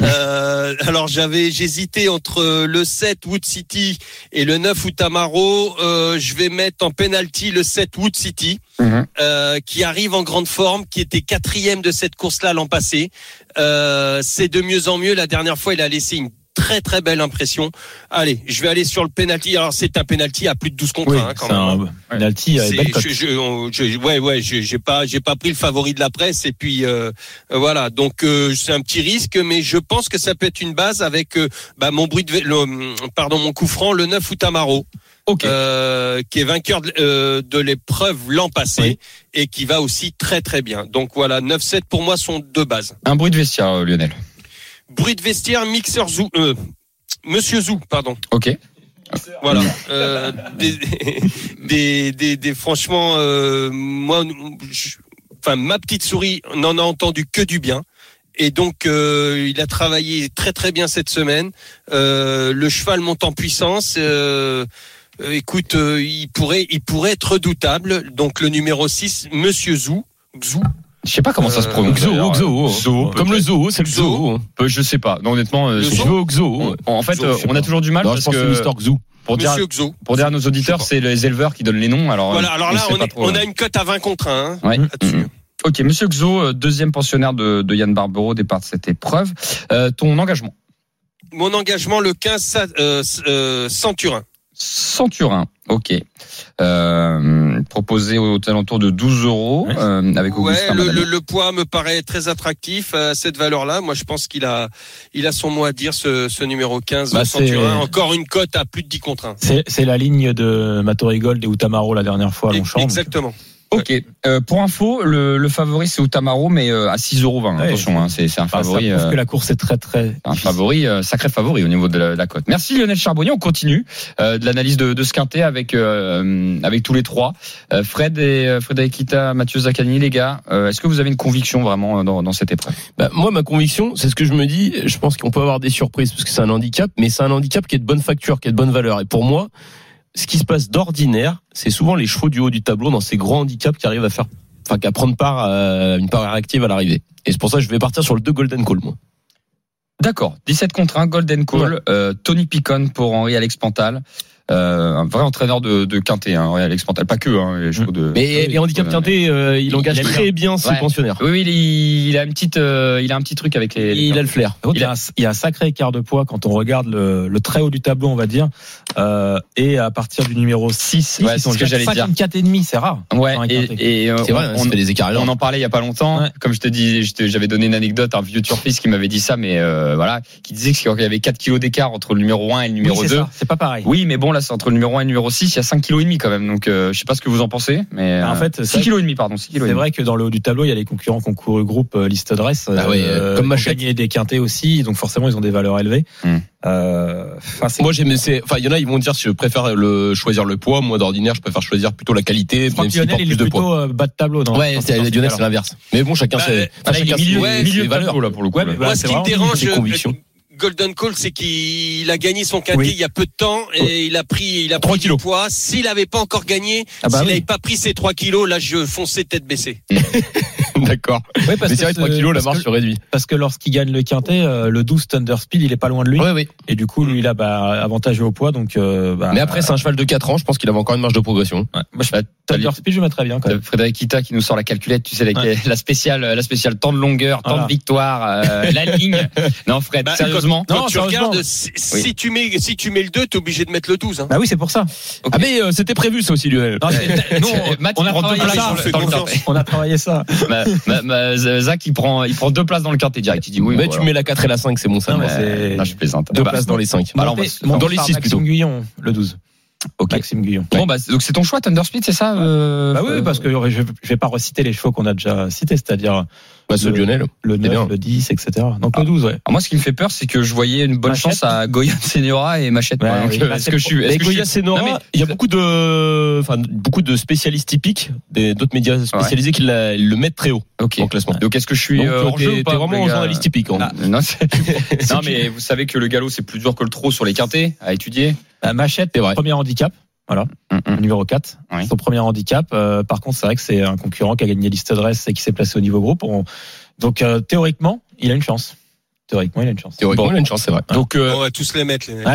euh, alors j'avais, j'hésitais entre le sept Wood City et le neuf Outamaro. Euh, je vais mettre en penalty le sept Wood City, mmh. euh, qui arrive en grande forme, qui était quatrième de cette course-là l'an passé. Euh, c'est de mieux en mieux. La dernière fois, il a laissé une très très belle impression. Allez, je vais aller sur le penalty. Alors c'est un penalty à plus de douze contre oui, un hein, quand c'est même. Un penalty à belle cote. Je, je, je, ouais ouais, je, j'ai pas j'ai pas pris le favori de la presse et puis euh, voilà. Donc euh, c'est un petit risque, mais je pense que ça peut être une base avec euh, bah, mon bruit de le, pardon mon coup franc le neuf Outamaro. Okay. Euh, qui est vainqueur de, euh, de l'épreuve l'an passé oui. et qui va aussi très très bien. Donc voilà, neuf sept pour moi sont deux bases. Un bruit de vestiaire, Lionel. Bruit de vestiaire, mixeur Zou, euh, Monsieur Zou, pardon. Ok. Voilà. Euh, des, des, des, des, franchement, euh, moi, je, enfin, ma petite souris n'en a entendu que du bien. Et donc, euh, il a travaillé très très bien cette semaine. Euh, le cheval monte en puissance. Euh, écoute, euh, il pourrait, il pourrait être redoutable. Donc, le numéro six, Monsieur Zou, Zou. Je sais pas comment ça se prononce. Xo, Xo, Xo. Comme le zoo, c'est le zoo. Je sais pas. Non, honnêtement, le zoo, Xo. En fait, Xo, on a toujours du mal non, parce je pense que. C'est Mister Xo. Pour dire, pour dire à nos auditeurs, c'est les éleveurs qui donnent les noms. Alors, voilà. Alors on là, on, est, trop, on a une cote à vingt contre un. Hein, ouais. Là-dessus. Mmh. Ok, Monsieur Xo, deuxième pensionnaire de, de Yann Barbero, départ de cette épreuve. Euh, ton engagement? Mon engagement, le quinze, euh, euh, Centurin. Centurin, ok. Euh, proposé aux alentours de douze euros euh, avec Augustin. Ouais, le, le, le poids me paraît très attractif à cette valeur-là. Moi, je pense qu'il a, il a son mot à dire, ce, ce numéro quinze, bah, Centurin. Encore une cote à plus de dix contre un. C'est, c'est la ligne de Matorigold et Outamaro la dernière fois à Longchamp. Exactement. Donc... Ok. Euh, pour info, le, le favori c'est Outamaro, mais euh, à six euros vingt. Ouais, attention, hein, c'est, c'est un favori. Ça prouve euh, que la course est très très. Un favori, euh, sacré favori au niveau de la, de la cote. Merci Lionel Charbonnier. On continue euh, de l'analyse de, de ce quintet avec euh, avec tous les trois. Euh, Fred et euh, Frédéric Kita, Mathieu Zaccani, les gars. Euh, est-ce que vous avez une conviction vraiment dans, dans cette épreuve? Bah, moi, ma conviction, c'est ce que je me dis. Je pense qu'on peut avoir des surprises parce que c'est un handicap, mais c'est un handicap qui est de bonne facture, qui est de bonne valeur. Et pour moi, ce qui se passe d'ordinaire, c'est souvent les chevaux du haut du tableau dans ces grands handicaps qui arrivent à faire, enfin, qu'à prendre part à une part active à l'arrivée. Et c'est pour ça que je vais partir sur le deux Golden Call, moi. D'accord. dix-sept contre un, Golden Call. Ouais. Euh, Tony Picon pour Henri-Alex Pantal. Euh, un vrai entraîneur de, de quintet, hein, Henri-Alex Pantal. Pas que, hein, les chevaux de. Mais les handicaps quintet, euh, il, il engage il très bien, bien ses ouais. pensionnaires. Oui, oui, il, il a une petite, euh, il a un petit truc avec les. les il a le flair. Il, il, a, a, il y a un sacré écart de poids quand on regarde le, le très haut du tableau, on va dire, euh, et à partir du numéro six, ouais, c'est ce que j'allais dire. quatre et demi, c'est rare. Ouais. Et, et euh, c'est vrai, on, on, des écarts on en parlait il y a pas longtemps. Ouais. Comme je te dis, je te, j'avais donné une anecdote à un vieux turfiste qui m'avait dit ça, mais euh, voilà, qui disait qu'il y avait quatre kilos d'écart entre le numéro un et le numéro oui, deux. Ça, c'est pas pareil. Oui, mais bon, bon, là, c'est entre le numéro un et le numéro six, il y a cinq virgule cinq kilos quand même. Donc, euh, je sais pas ce que vous en pensez, mais en fait, six virgule cinq kilos, pardon. six kilos c'est vrai que dans le haut du tableau, il y a les concurrents qui ont couru le groupe euh, Liste Dress, ah oui, euh, comme Machette, gagné des quintés aussi, donc forcément, ils ont des valeurs élevées. Mm. Euh, moi, j'aime, enfin, il y en a, ils vont dire si je préfère le choisir le poids. Moi, d'ordinaire, je préfère choisir plutôt la qualité. Je crois que Lionel, il est plutôt euh, bas de tableau. Dans ouais, c'est, Lionel, c'est l'inverse. Mais bon, chacun, bah, c'est, enfin, chacun milieu, ses, ouais, milieu de tableau, là, pour le coup. Ouais, mais moi, ce qui me dérange, Golden Call, c'est qu'il a gagné son quintet oui. il y a peu de temps et oui. il a pris, il a pris du poids. S'il n'avait pas encore gagné, ah bah s'il n'avait oui. pas pris ses trois kilos, là, je fonçais tête baissée. D'accord. Oui, parce mais c'est vrai, trois kilos, la marge se réduit. Parce que lorsqu'il gagne le quintet, euh, le douze Thunder Speed, il est pas loin de lui. Oui, oui. Et du coup, lui, il a, bah, avantagé au poids, donc, euh, bah, mais après, c'est un cheval de quatre ans, je pense qu'il avait encore une marge de progression. Ouais. Moi, je, bah, Thunder Speed, je mettrais bien, quand même. Frédéric Kita qui nous sort la calculette, tu sais, avec ouais. la spéciale, la spéciale temps de longueur, temps voilà. de victoire, euh, la ligne. Non, Fred, bah, sérieusement. Quand, quand non, tu regardes, si, oui. si tu mets, si tu mets le deux, t'es obligé de mettre le douze, hein. Bah oui, c'est pour ça. Okay. Ah, mais, euh, c'était prévu, ça aussi, Lionel. Non, non Matt, on a travaillé ça. On a travaillé ça. Zach, il prend, il prend deux places dans le quintet direct. Il dit oui. Mais tu mets la quatre et la cinq, c'est bon, ça. Non, je plaisante. Deux places dans les cinq. Alors, dans les six plutôt. Maxime Guyon, le douze. Ok. Maxime Guyon. Bon, bah, donc c'est ton choix, Thunder Speed, c'est ça? euh, Bah oui, parce que je, je vais pas reciter les chevaux qu'on a déjà cités, c'est-à-dire. Bah, ce Lionel. Le neuf, le dix, et cetera. Donc, ah. le douze, ouais. Alors moi, ce qui me fait peur, c'est que je voyais une bonne Machette. chance à Goya Senora et Machette. Ouais, oui, donc, est-ce que je suis, est-ce que Goya Senora, il y a beaucoup de, enfin, beaucoup de spécialistes typiques, des, d'autres médias spécialisés ouais. qui la, le mettent très haut. Ok. En classement. Donc, est-ce que je suis, donc, euh, hors jeu ou pas? T'es vraiment un journaliste typique, hein. Ah, non, non, mais vous savez que le galop, c'est plus dur que le trot sur les quintets à étudier. Bah, Machette, c'est vrai. Premier handicap. Voilà, mm-hmm. numéro quatre, oui. son premier handicap. Euh, par contre, c'est vrai que c'est un concurrent qui a gagné Liste Dress et qui s'est placé au niveau groupe. On... Donc, euh, théoriquement, il a une chance. Théoriquement, il a une chance. Théoriquement, bon. il a une chance, c'est vrai. Donc, euh... on va tous les mettre. Les mecs. Ouais,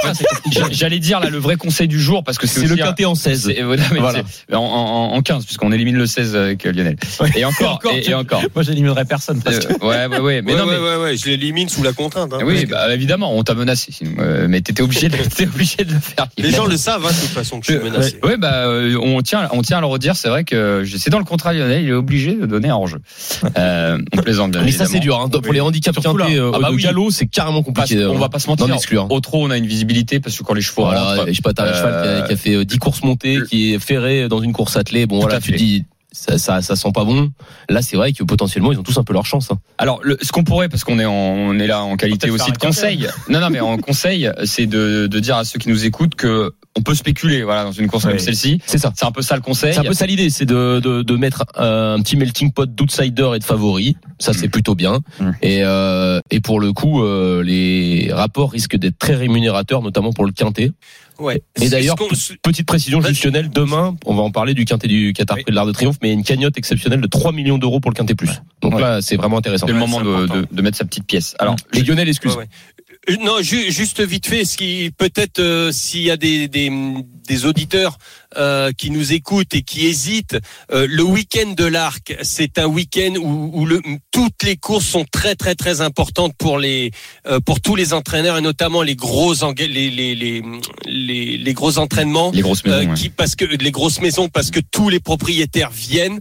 j'allais dire là le vrai conseil du jour parce que c'est, c'est le quintet en seize. C'est, voilà, voilà. C'est, en, en, en quinze puisqu'on élimine le seize avec Lionel. Et encore, encore et, et encore. Moi, j'éliminerais personne. Parce que... euh, ouais, ouais, ouais. Mais ouais, non, ouais, mais ouais, ouais, je l'élimine sous la contrainte. Hein, oui, bah, évidemment, on t'a menacé. Euh, mais t'étais obligé de, t'étais obligé de le faire. Les gens le savent, hein, de toute façon, que je suis menacé. Ouais, bah, on tient, on tient à le redire. C'est vrai que c'est dans le contrat Lionel, il est obligé de donner un hors-jeu. Euh, on plaisante bien. Mais ça, c'est dur. Hein, pour les handicaps quintés au galop, c'est carrément compliqué. On va pas se mentir. Au trot, on a une visibilité parce que quand les chevaux voilà, rentrent, je sais pas, t'as un cheval qui a, qui a fait dix courses montées, qui est ferré dans une course attelée. Bon, voilà, tu dis, ça, ça, ça sent pas bon. Là, c'est vrai que potentiellement, ils ont tous un peu leur chance. Hein. Alors, le, ce qu'on pourrait, parce qu'on est en, on est là en qualité aussi de conseil. Non, non, mais en conseil, c'est de, de dire à ceux qui nous écoutent que on peut spéculer, voilà, dans une course oui. comme celle-ci. C'est ça. C'est un peu ça le conseil. C'est un peu ça l'idée, c'est de, de, de mettre un petit melting pot d'outsiders et de favoris. Ça, c'est mmh. plutôt bien. Mmh. Et, euh, et pour le coup, euh, les rapports risquent d'être très rémunérateurs, notamment pour le quintet. Ouais. Et d'ailleurs, petite précision justitionnelle, demain, on va en parler du quintet du Qatar Prix oui. de l'Arc de Triomphe, mais il y a une cagnotte exceptionnelle de trois millions d'euros pour le quintet plus. Donc ouais. là, c'est vraiment intéressant. C'est le moment de, de, de mettre sa petite pièce. Alors, et Lionel, excuse. Ouais, ouais. Non, ju- juste vite fait, ce qui peut-être euh, s'il y a des des, des auditeurs euh, qui nous écoutent et qui hésitent, euh, le week-end de l'Arc, c'est un week-end où, où le, toutes les courses sont très très très importantes pour les euh, pour tous les entraîneurs et notamment les gros en, les, les les les les gros entraînements, les grosses maisons, euh, qui ouais. parce que les grosses maisons parce que tous les propriétaires viennent,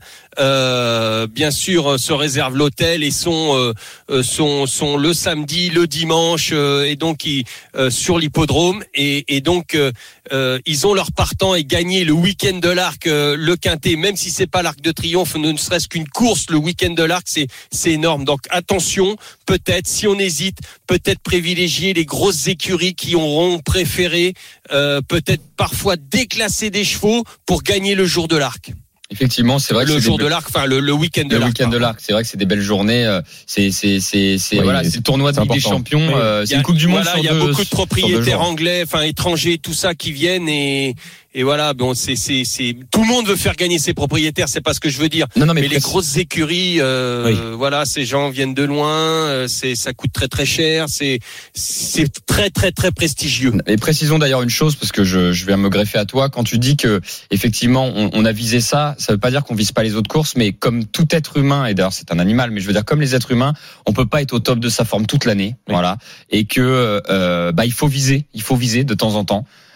euh, bien sûr se réservent l'hôtel et sont euh, sont sont le samedi, le dimanche. Euh, et donc ils, euh, sur l'hippodrome et, et donc euh, euh, ils ont leur partant et gagner le week-end de l'Arc, euh, le quintet, même si c'est pas l'Arc de Triomphe, ne serait-ce qu'une course le week-end de l'Arc, c'est c'est énorme. Donc attention, peut-être si on hésite, peut-être privilégier les grosses écuries qui auront préféré euh, peut-être parfois déclasser des chevaux pour gagner le jour de l'Arc. Effectivement, c'est vrai le que jour de l'Arc, enfin le, le week-end de le l'Arc. Le week-end de l'Arc, c'est vrai que c'est des belles journées. C'est c'est c'est c'est oui, voilà, c'est le tournoi de Ligue des Champions. Oui. Euh, c'est une Coupe du Monde. Voilà, il y a deux, beaucoup de propriétaires anglais, enfin étrangers, tout ça qui viennent et et voilà. Bon, c'est c'est c'est tout le monde veut faire gagner ses propriétaires, c'est pas ce que je veux dire. Non, non, mais, mais les grosses écuries, euh, oui. voilà, ces gens viennent de loin. Euh, c'est ça coûte très très cher. C'est c'est très très très prestigieux. Et précisons d'ailleurs une chose parce que je je vais me greffer à toi quand tu dis que effectivement on, on a visé ça. Ça veut pas dire qu'on vise pas les autres courses, mais comme tout être humain, et d'ailleurs c'est un animal, mais je veux dire comme les êtres humains, on peut pas être au top de sa forme toute l'année, oui. voilà, et que euh, bah il faut viser, il faut viser de temps en temps.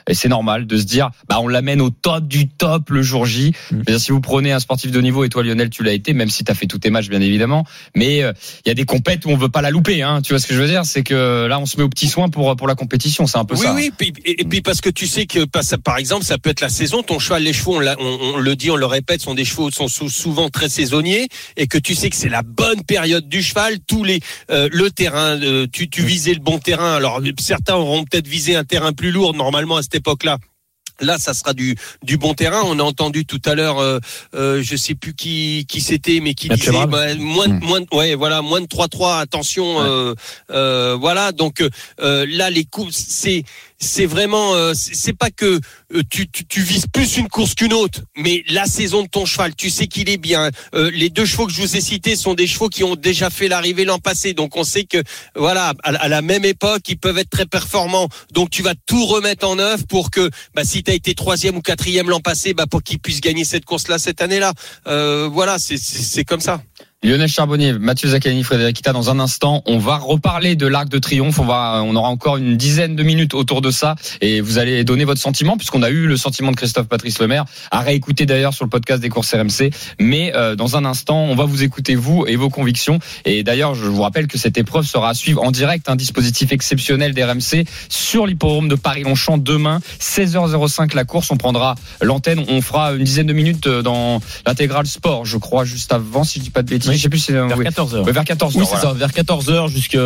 Et c'est normal de se dire, bah, on l'amène au top du top le jour J. Mmh. Je veux dire, si vous prenez un sportif de haut niveau, et toi, Lionel, tu l'as été, même si t'as fait tous tes matchs, bien évidemment. Mais, il euh, y a des compètes où on veut pas la louper, hein. Tu vois ce que je veux dire? C'est que là, on se met aux petits soins pour, pour la compétition. C'est un peu oui, ça. Oui, oui. Et, et puis, parce que tu sais que, par exemple, ça peut être la saison. Ton cheval, les chevaux, on, on, on le dit, on le répète, sont des chevaux, sont souvent très saisonniers, et que tu sais que c'est la bonne période du cheval. Tous les, euh, le terrain, euh, tu, tu visais le bon terrain. Alors, certains auront peut-être visé un terrain plus lourd, normalement, à cette époque-là. Là, ça sera du du bon terrain. On a entendu tout à l'heure, euh, euh, je sais plus qui qui c'était, mais qui la disait bah, moins de, moins de, ouais voilà moins de trois trois. Attention, ouais. euh, euh, voilà. Donc euh, là, les coups, c'est c'est vraiment, euh, c'est pas que euh, tu, tu tu vises plus une course qu'une autre, mais la saison de ton cheval, tu sais qu'il est bien. Euh, les deux chevaux que je vous ai cités sont des chevaux qui ont déjà fait l'arrivée l'an passé, donc on sait que voilà, à, à la même époque, ils peuvent être très performants. Donc tu vas tout remettre en œuvre pour que, bah, si t'as été troisième ou quatrième l'an passé, bah, pour qu'ils puissent gagner cette course-là cette année-là. Euh, voilà, c'est, c'est c'est comme ça. Lionel Charbonnier, Mathieu Zaccani, Frédéric Kita, dans un instant, on va reparler de l'Arc de Triomphe. On va, on aura encore une dizaine de minutes autour de ça et vous allez donner votre sentiment puisqu'on a eu le sentiment de Christophe Patrice Lemaire, à réécouter d'ailleurs sur le podcast des courses R M C. Mais euh, dans un instant, on va vous écouter vous et vos convictions. Et d'ailleurs, je vous rappelle que cette épreuve sera à suivre en direct, un dispositif exceptionnel d'R M C sur l'hippodrome de Paris-Longchamp demain, seize heures cinq la course. On prendra l'antenne, on fera une dizaine de minutes dans l'intégral sport, je crois, juste avant, si je dis pas de bêtises. Oui. Je sais plus si c'est vers oui. quatorze heures. Oui, vers quatorze heures. Oui, c'est voilà. ça, vers quatorze heures jusqu'à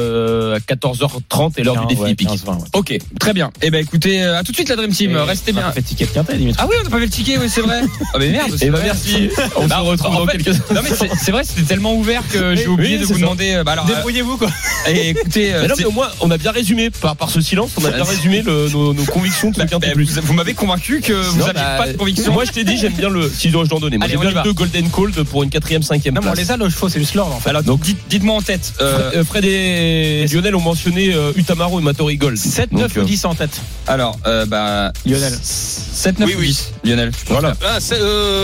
quatorze heures trente et l'heure quinze, du défi ouais, épique. quinze, vingt, ouais. Ok, très bien. Eh ben écoutez, à tout de suite la Dream Team, et restez bien. On a fait le ticket de Quintet, Dimitri. Ah oui, on n'a pas fait le ticket, oui, c'est vrai. Ah mais merde, c'est et bah vrai. merci. On bah, se retrouve dans fait, quelques Non mais c'est, c'est vrai, c'était tellement ouvert que j'ai oublié oui, de vous ça. demander. Bah alors, débrouillez-vous quoi. Et écoutez, mais non, mais au moins on a bien résumé par par ce silence, on a bien résumé le, nos, nos convictions de ce Quintet Plus. Vous, vous m'avez convaincu que vous n'aviez bah, pas de conviction. Moi je t'ai dit, j'aime bien le. Si je dois en donner. Moi, allez, j'aime bien le deux Golden Cold pour une quatrième, cinquième place. Non, on les a nos chevaux, c'est juste l'ordre en fait. Alors, donc dites, dites-moi en tête. Euh, Fred et Lionel ont mentionné euh, Utamaro et Matori Gold. sept, neuf ou dix en tête. Alors, euh, bah Lionel. sept, neuf oui, ou oui. dix. Lionel. Voilà. Ah, c'est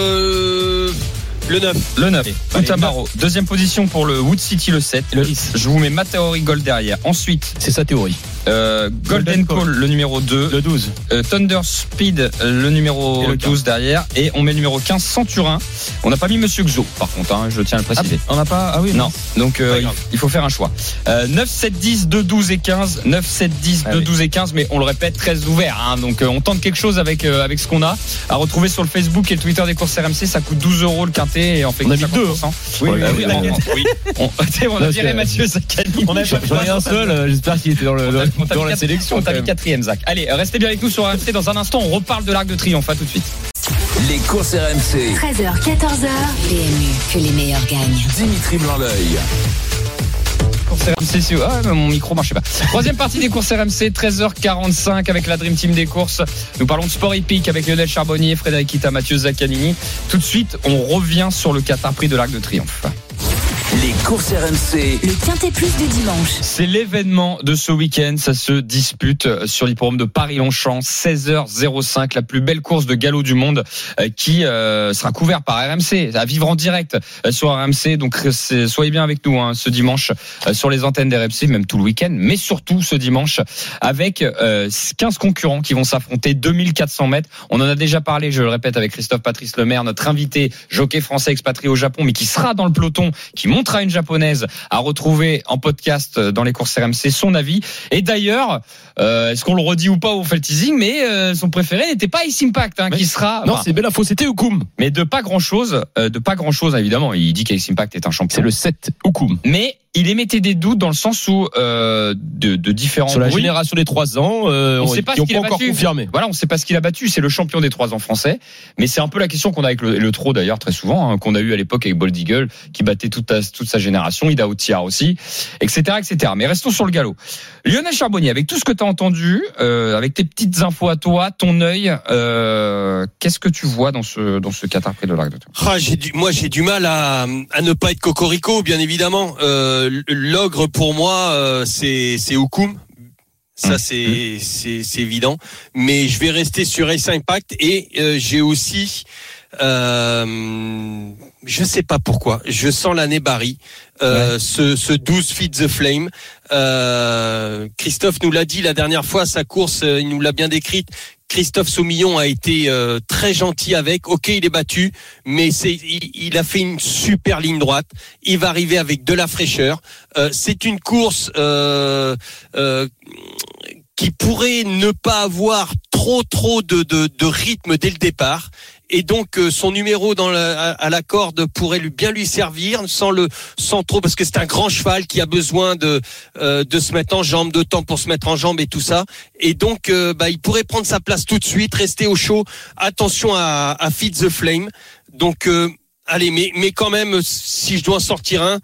euh... le neuf. Le neuf. Utamaro. Deuxième position pour le Wood City, le sept. Le dix. Je vous mets Maori Gold derrière. Ensuite, c'est sa théorie. Euh, Golden, Golden Call, Call, le numéro deux. Le douze. Euh, Thunder Speed, le numéro le douze derrière. Et on met le numéro quinze, Centurin. On n'a pas mis Monsieur Xo, par contre, hein, je tiens à le préciser. Ah, on n'a pas. Ah oui. Non. Donc, euh, il faut faire un choix. Euh, neuf, sept, dix, deux, douze et quinze. neuf, sept, dix, deux, douze et quinze. Mais on le répète, très ouvert. Hein, donc, euh, on tente quelque chose avec, euh, avec ce qu'on a. À retrouver sur le Facebook et le Twitter des courses R M C. Ça coûte douze euros le quintet. Et on fait on a mis deux. Oui, euh, oui, on, oui. On, on a viré Mathieu Zaccani. On a j'en ai un seul. J'espère qu'il était dans, le, dans, dans la sélection. On t'a mis quatrième, Zach. Allez, restez bien avec nous sur R M C. Dans un instant, on reparle de l'Arc de Triomphe. À tout de suite. Les courses R M C. treize heures, quatorze heures. P M U, que les meilleurs gagnent. Dimitri Blanc-L'œil. Ah, mon micro marchait pas. Troisième partie des courses R M C, treize heures quarante-cinq avec la Dream Team des courses. Nous parlons de sport hippique avec Lionel Charbonnier, Frédéric Kita, Mathieu Zaccanini. Tout de suite, on revient sur le Qatar Prix de l'Arc de Triomphe. Les courses R M C. Le Quintet Plus du dimanche. C'est l'événement de ce week-end. Ça se dispute sur l'hippodrome de Paris-Longchamp. seize heures cinq, la plus belle course de galop du monde qui euh, sera couverte par R M C, à vivre en direct sur R M C. Donc soyez bien avec nous hein, ce dimanche sur les antennes d'R M C, même tout le week-end, mais surtout ce dimanche avec euh, quinze concurrents qui vont s'affronter, deux mille quatre cents mètres. On en a déjà parlé, je le répète, avec Christophe Patrice Lemaire, notre invité jockey français expatrié au Japon, mais qui sera dans le peloton, qui montrera une japonaise à retrouver en podcast dans les courses R M C, son avis. Et d'ailleurs, euh, est-ce qu'on le redit ou pas, on fait le teasing, mais euh, son préféré n'était pas Ace Impact, hein, qui sera... Non, enfin, c'est Bella Faux, c'était Oukoum. Mais de pas grand-chose, euh, de pas grand-chose, évidemment. Il dit qu'Ace Impact est un champion. C'est le sept Oukoum. Mais il émettait des doutes dans le sens où euh, de, de différents sur la bruits. génération des trois ans, euh, on ne sait pas qui ce qu'il pas a encore battu. Confirmé. Voilà, on ne sait pas ce qu'il a battu. C'est le champion des trois ans français, mais c'est un peu la question qu'on a avec le, le trot d'ailleurs très souvent, hein, qu'on a eu à l'époque avec Bold Eagle, qui battait toute, ta, toute sa génération, Ida Otiar aussi, et cetera, et cetera. Mais restons sur le galop. Lionel Charbonnier, avec tout ce que tu as entendu, euh, avec tes petites infos à toi, ton œil, euh, qu'est-ce que tu vois dans ce dans ce Qatar Prix de l'Arc de Triomphe? Ah, j'ai du, moi, j'ai du mal à, à ne pas être cocorico, bien évidemment. Euh, l'ogre pour moi, euh, c'est c'est Oukoum. Ça, c'est c'est c'est évident. Mais je vais rester sur Ace Impact et euh, j'ai aussi Euh, je sais pas pourquoi. Je sens l'année Barry. Euh, ouais. ce, ce douze Feed the Flame. Euh, Christophe nous l'a dit la dernière fois, sa course, il nous l'a bien décrite. Christophe Soumillon a été euh, très gentil avec. Ok, il est battu, mais c'est, il, il a fait une super ligne droite. Il va arriver avec de la fraîcheur. Euh, c'est une course euh, euh, qui pourrait ne pas avoir trop trop de, de, de rythme dès le départ. Et donc euh, son numéro dans la, à, à la corde pourrait lui bien lui servir sans le sans trop, parce que c'est un grand cheval qui a besoin de euh, de se mettre en jambe, de temps pour se mettre en jambe et tout ça. Et donc euh, bah il pourrait prendre sa place tout de suite, rester au chaud. Attention à, à Feed the Flame. Donc euh, allez, mais mais quand même, si je dois en sortir un,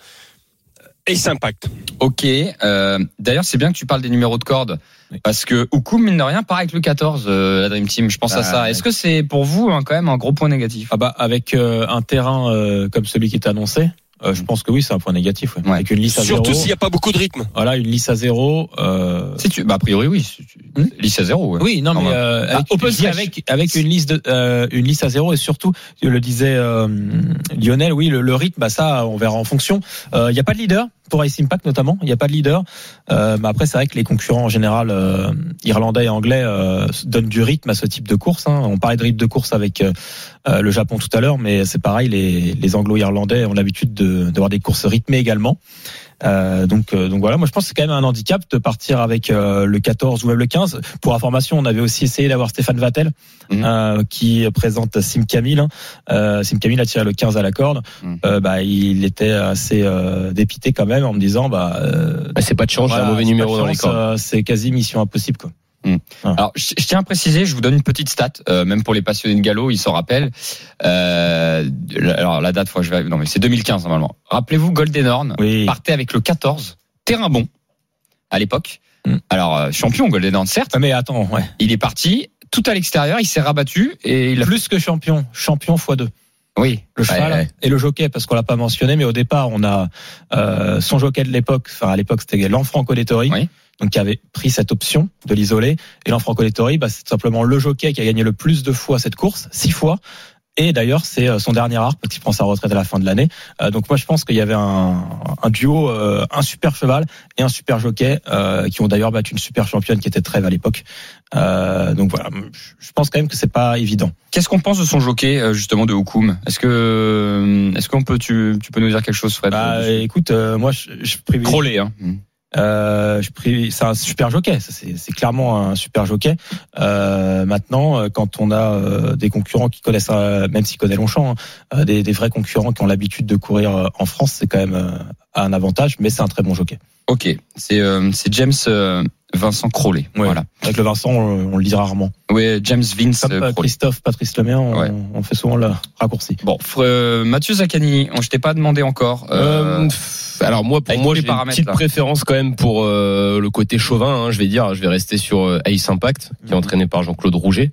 Ace Impact. Ok. Euh, d'ailleurs, c'est bien que tu parles des numéros de corde. Parce que Oukoum, mine de rien, part avec le quatorze, euh, la Dream Team. Je pense ah, à ça. Est-ce que c'est pour vous hein, quand même un gros point négatif? Ah bah avec euh, un terrain euh, comme celui qui est annoncé, euh, je pense que oui, c'est un point négatif. Ouais. Ouais. Avec une lisse à Surtout zéro. S'il n'y a pas beaucoup de rythme. Voilà, une lisse à zéro. Euh... Si tu, bah a priori oui. Si tu... hmm lisse à zéro. Ouais. Oui, non, mais euh, avec, ah, une, avec avec une liste de euh, une lisse à zéro et surtout, je le disait euh, Lionel, oui, le, le rythme, bah ça, on verra en fonction. Il euh, y a pas de leader. Pour Ace Impact notamment, il n'y a pas de leader. Euh, mais après, c'est vrai que les concurrents en général, euh, irlandais et anglais, euh, donnent du rythme à ce type de course. Hein. On parlait de rythme de course avec euh, le Japon tout à l'heure, mais c'est pareil, les, les anglo-irlandais ont l'habitude de, d'avoir des courses rythmées également. Euh, donc, euh, donc voilà, moi je pense que c'est quand même un handicap de partir avec euh, le quatorze ou même le quinze. Pour information, on avait aussi essayé d'avoir Stéphane Vattel, mmh. euh, qui présente Sim Camille. Hein. Euh, Sim Camille a tiré le quinze à la corde. Mmh. Euh, bah, il était assez euh, dépité quand même en me disant bah, euh, bah c'est pas de chance, voilà, j'ai un mauvais numéro dans les cordes. Euh, c'est quasi mission impossible quoi. Mmh. Ah. Alors, je, je tiens à préciser, je vous donne une petite stat, euh, même pour les passionnés de galop, ils s'en rappellent. Euh, alors la date, faut que je vais, non mais c'est deux mille quinze normalement. Rappelez-vous, Golden Horn oui. partait avec le quatorze, terrain bon à l'époque. Mmh. Alors euh, champion Golden Horn certes, mais attends, ouais. il est parti tout à l'extérieur, il s'est rabattu et il a... plus que champion, champion fois deux. Oui, le cheval ouais, ouais. et le jockey, parce qu'on l'a pas mentionné, mais au départ on a euh, son jockey de l'époque, enfin à l'époque c'était Lanfranco Dettori. Oui. Donc qui avait pris cette option de l'isoler. Et Lanfranco Dettori, bah, c'est tout simplement le jockey qui a gagné le plus de fois cette course, six fois. Et d'ailleurs, c'est son dernier arc parce qu'il prend sa retraite à la fin de l'année. Euh, donc moi, je pense qu'il y avait un, un duo, euh, un super cheval et un super jockey, euh, qui ont d'ailleurs battu une super championne qui était Trèves à l'époque. Euh, donc voilà, je pense quand même que c'est pas évident. Qu'est-ce qu'on pense de son jockey, justement, de Oukoum? Est-ce que, est-ce qu'on peut, tu, tu peux nous dire quelque chose, Fred? Bah, écoute, euh, moi, je, je privilégie. Crowley, hein. Euh, je prie, c'est un super jockey, ça, c'est, c'est clairement un super jockey. Euh, maintenant, quand on a euh, des concurrents qui connaissent, euh, même s'ils connaissent Longchamp, hein, des, des vrais concurrents qui ont l'habitude de courir en France, c'est quand même euh, un avantage, mais c'est un très bon jockey. Ok, c'est euh, c'est James euh, Vincent Crowley. Ouais, voilà. Avec le Vincent, on, on le dit rarement. Oui, James Vince. Comme euh, Christophe, Patrice Lemaire, on, ouais. on fait souvent le raccourci. Bon, euh, Mathieu Zaccanini, je t'ai pas demandé encore. Euh, euh, alors moi, pour moi, j'ai une petite là. préférence quand même pour euh, le côté chauvin. Hein, je vais dire, je vais rester sur euh, Ace Impact, qui est entraîné par Jean-Claude Rouget.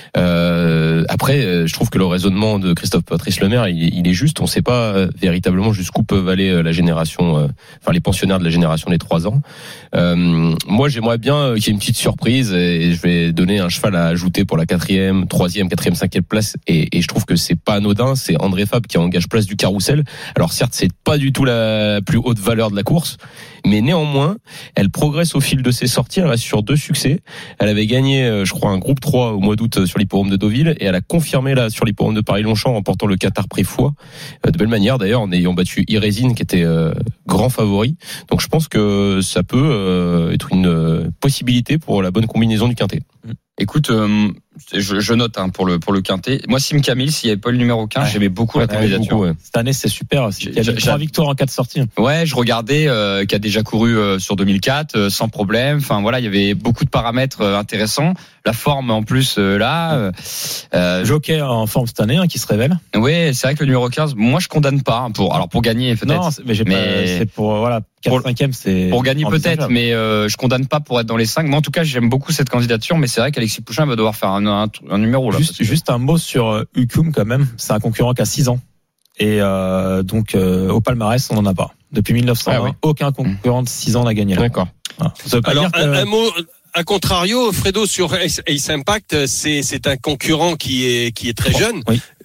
Euh, après, je trouve que le raisonnement de Christophe Patrice Lemaire, il, il est juste. On ne sait pas euh, véritablement jusqu'où peuvent aller la génération, euh, enfin les pensionnaires de la génération des trois ans. Euh, moi, j'aimerais bien qu'il y ait une petite surprise et je vais donner un cheval à ajouter pour la quatrième, troisième, quatrième, cinquième place. Et, et je trouve que c'est pas anodin. C'est André Fabre qui engage Place du Carrousel. Alors certes, c'est pas du tout la plus haute valeur de la course, mais néanmoins, elle progresse au fil de ses sorties. Elle reste sur deux succès. Elle avait gagné, je crois, un groupe trois au mois d'août sur l'hippodrome de Deauville et elle a confirmé là sur l'hippodrome de Paris-Longchamp en remportant le Qatar Prix Foix de belle manière d'ailleurs en ayant battu Irésine qui était euh, grand favori. Donc je pense que ça peut euh, être une euh, possibilité pour la bonne combinaison du quintet. Écoute, euh, je, je note hein, pour le pour le quintet. Moi, Sim Camille, s'il n'y avait pas le numéro quinze, ouais. j'aimais beaucoup ouais, la candidature. Ouais. Cette année, c'est super. Il y a trois victoires en quatre sorties. Ouais, je regardais, euh, qui a déjà couru euh, sur deux mille quatre, euh, sans problème. Enfin voilà, il y avait beaucoup de paramètres euh, intéressants. La forme en plus euh, là. Euh, Joker en forme cette année, hein, qui se révèle. Ouais, c'est vrai que le numéro quinze, moi je condamne pas hein, pour alors pour gagner peut-être. Non, mais j'ai mais pas, c'est pour voilà. quatre cinquième, c'est pour gagner peut-être, mais euh, je condamne pas pour être dans les cinq. Moi, en tout cas, j'aime beaucoup cette candidature, mais c'est vrai qu'Alexis Pouchin va devoir faire un, un, un numéro là. Juste, juste un mot sur Oukoum quand même. C'est un concurrent qui a six ans et euh, donc euh, au palmarès, on en a pas depuis mille neuf cent. Ah, oui. Aucun concurrent de six ans n'a gagné. Là. D'accord. Voilà. Ça veut pas Alors dire que... un, un mot. A contrario, Fredo sur Ace, Ace Impact, c'est c'est un concurrent qui est qui est très jeune. Oui. Euh,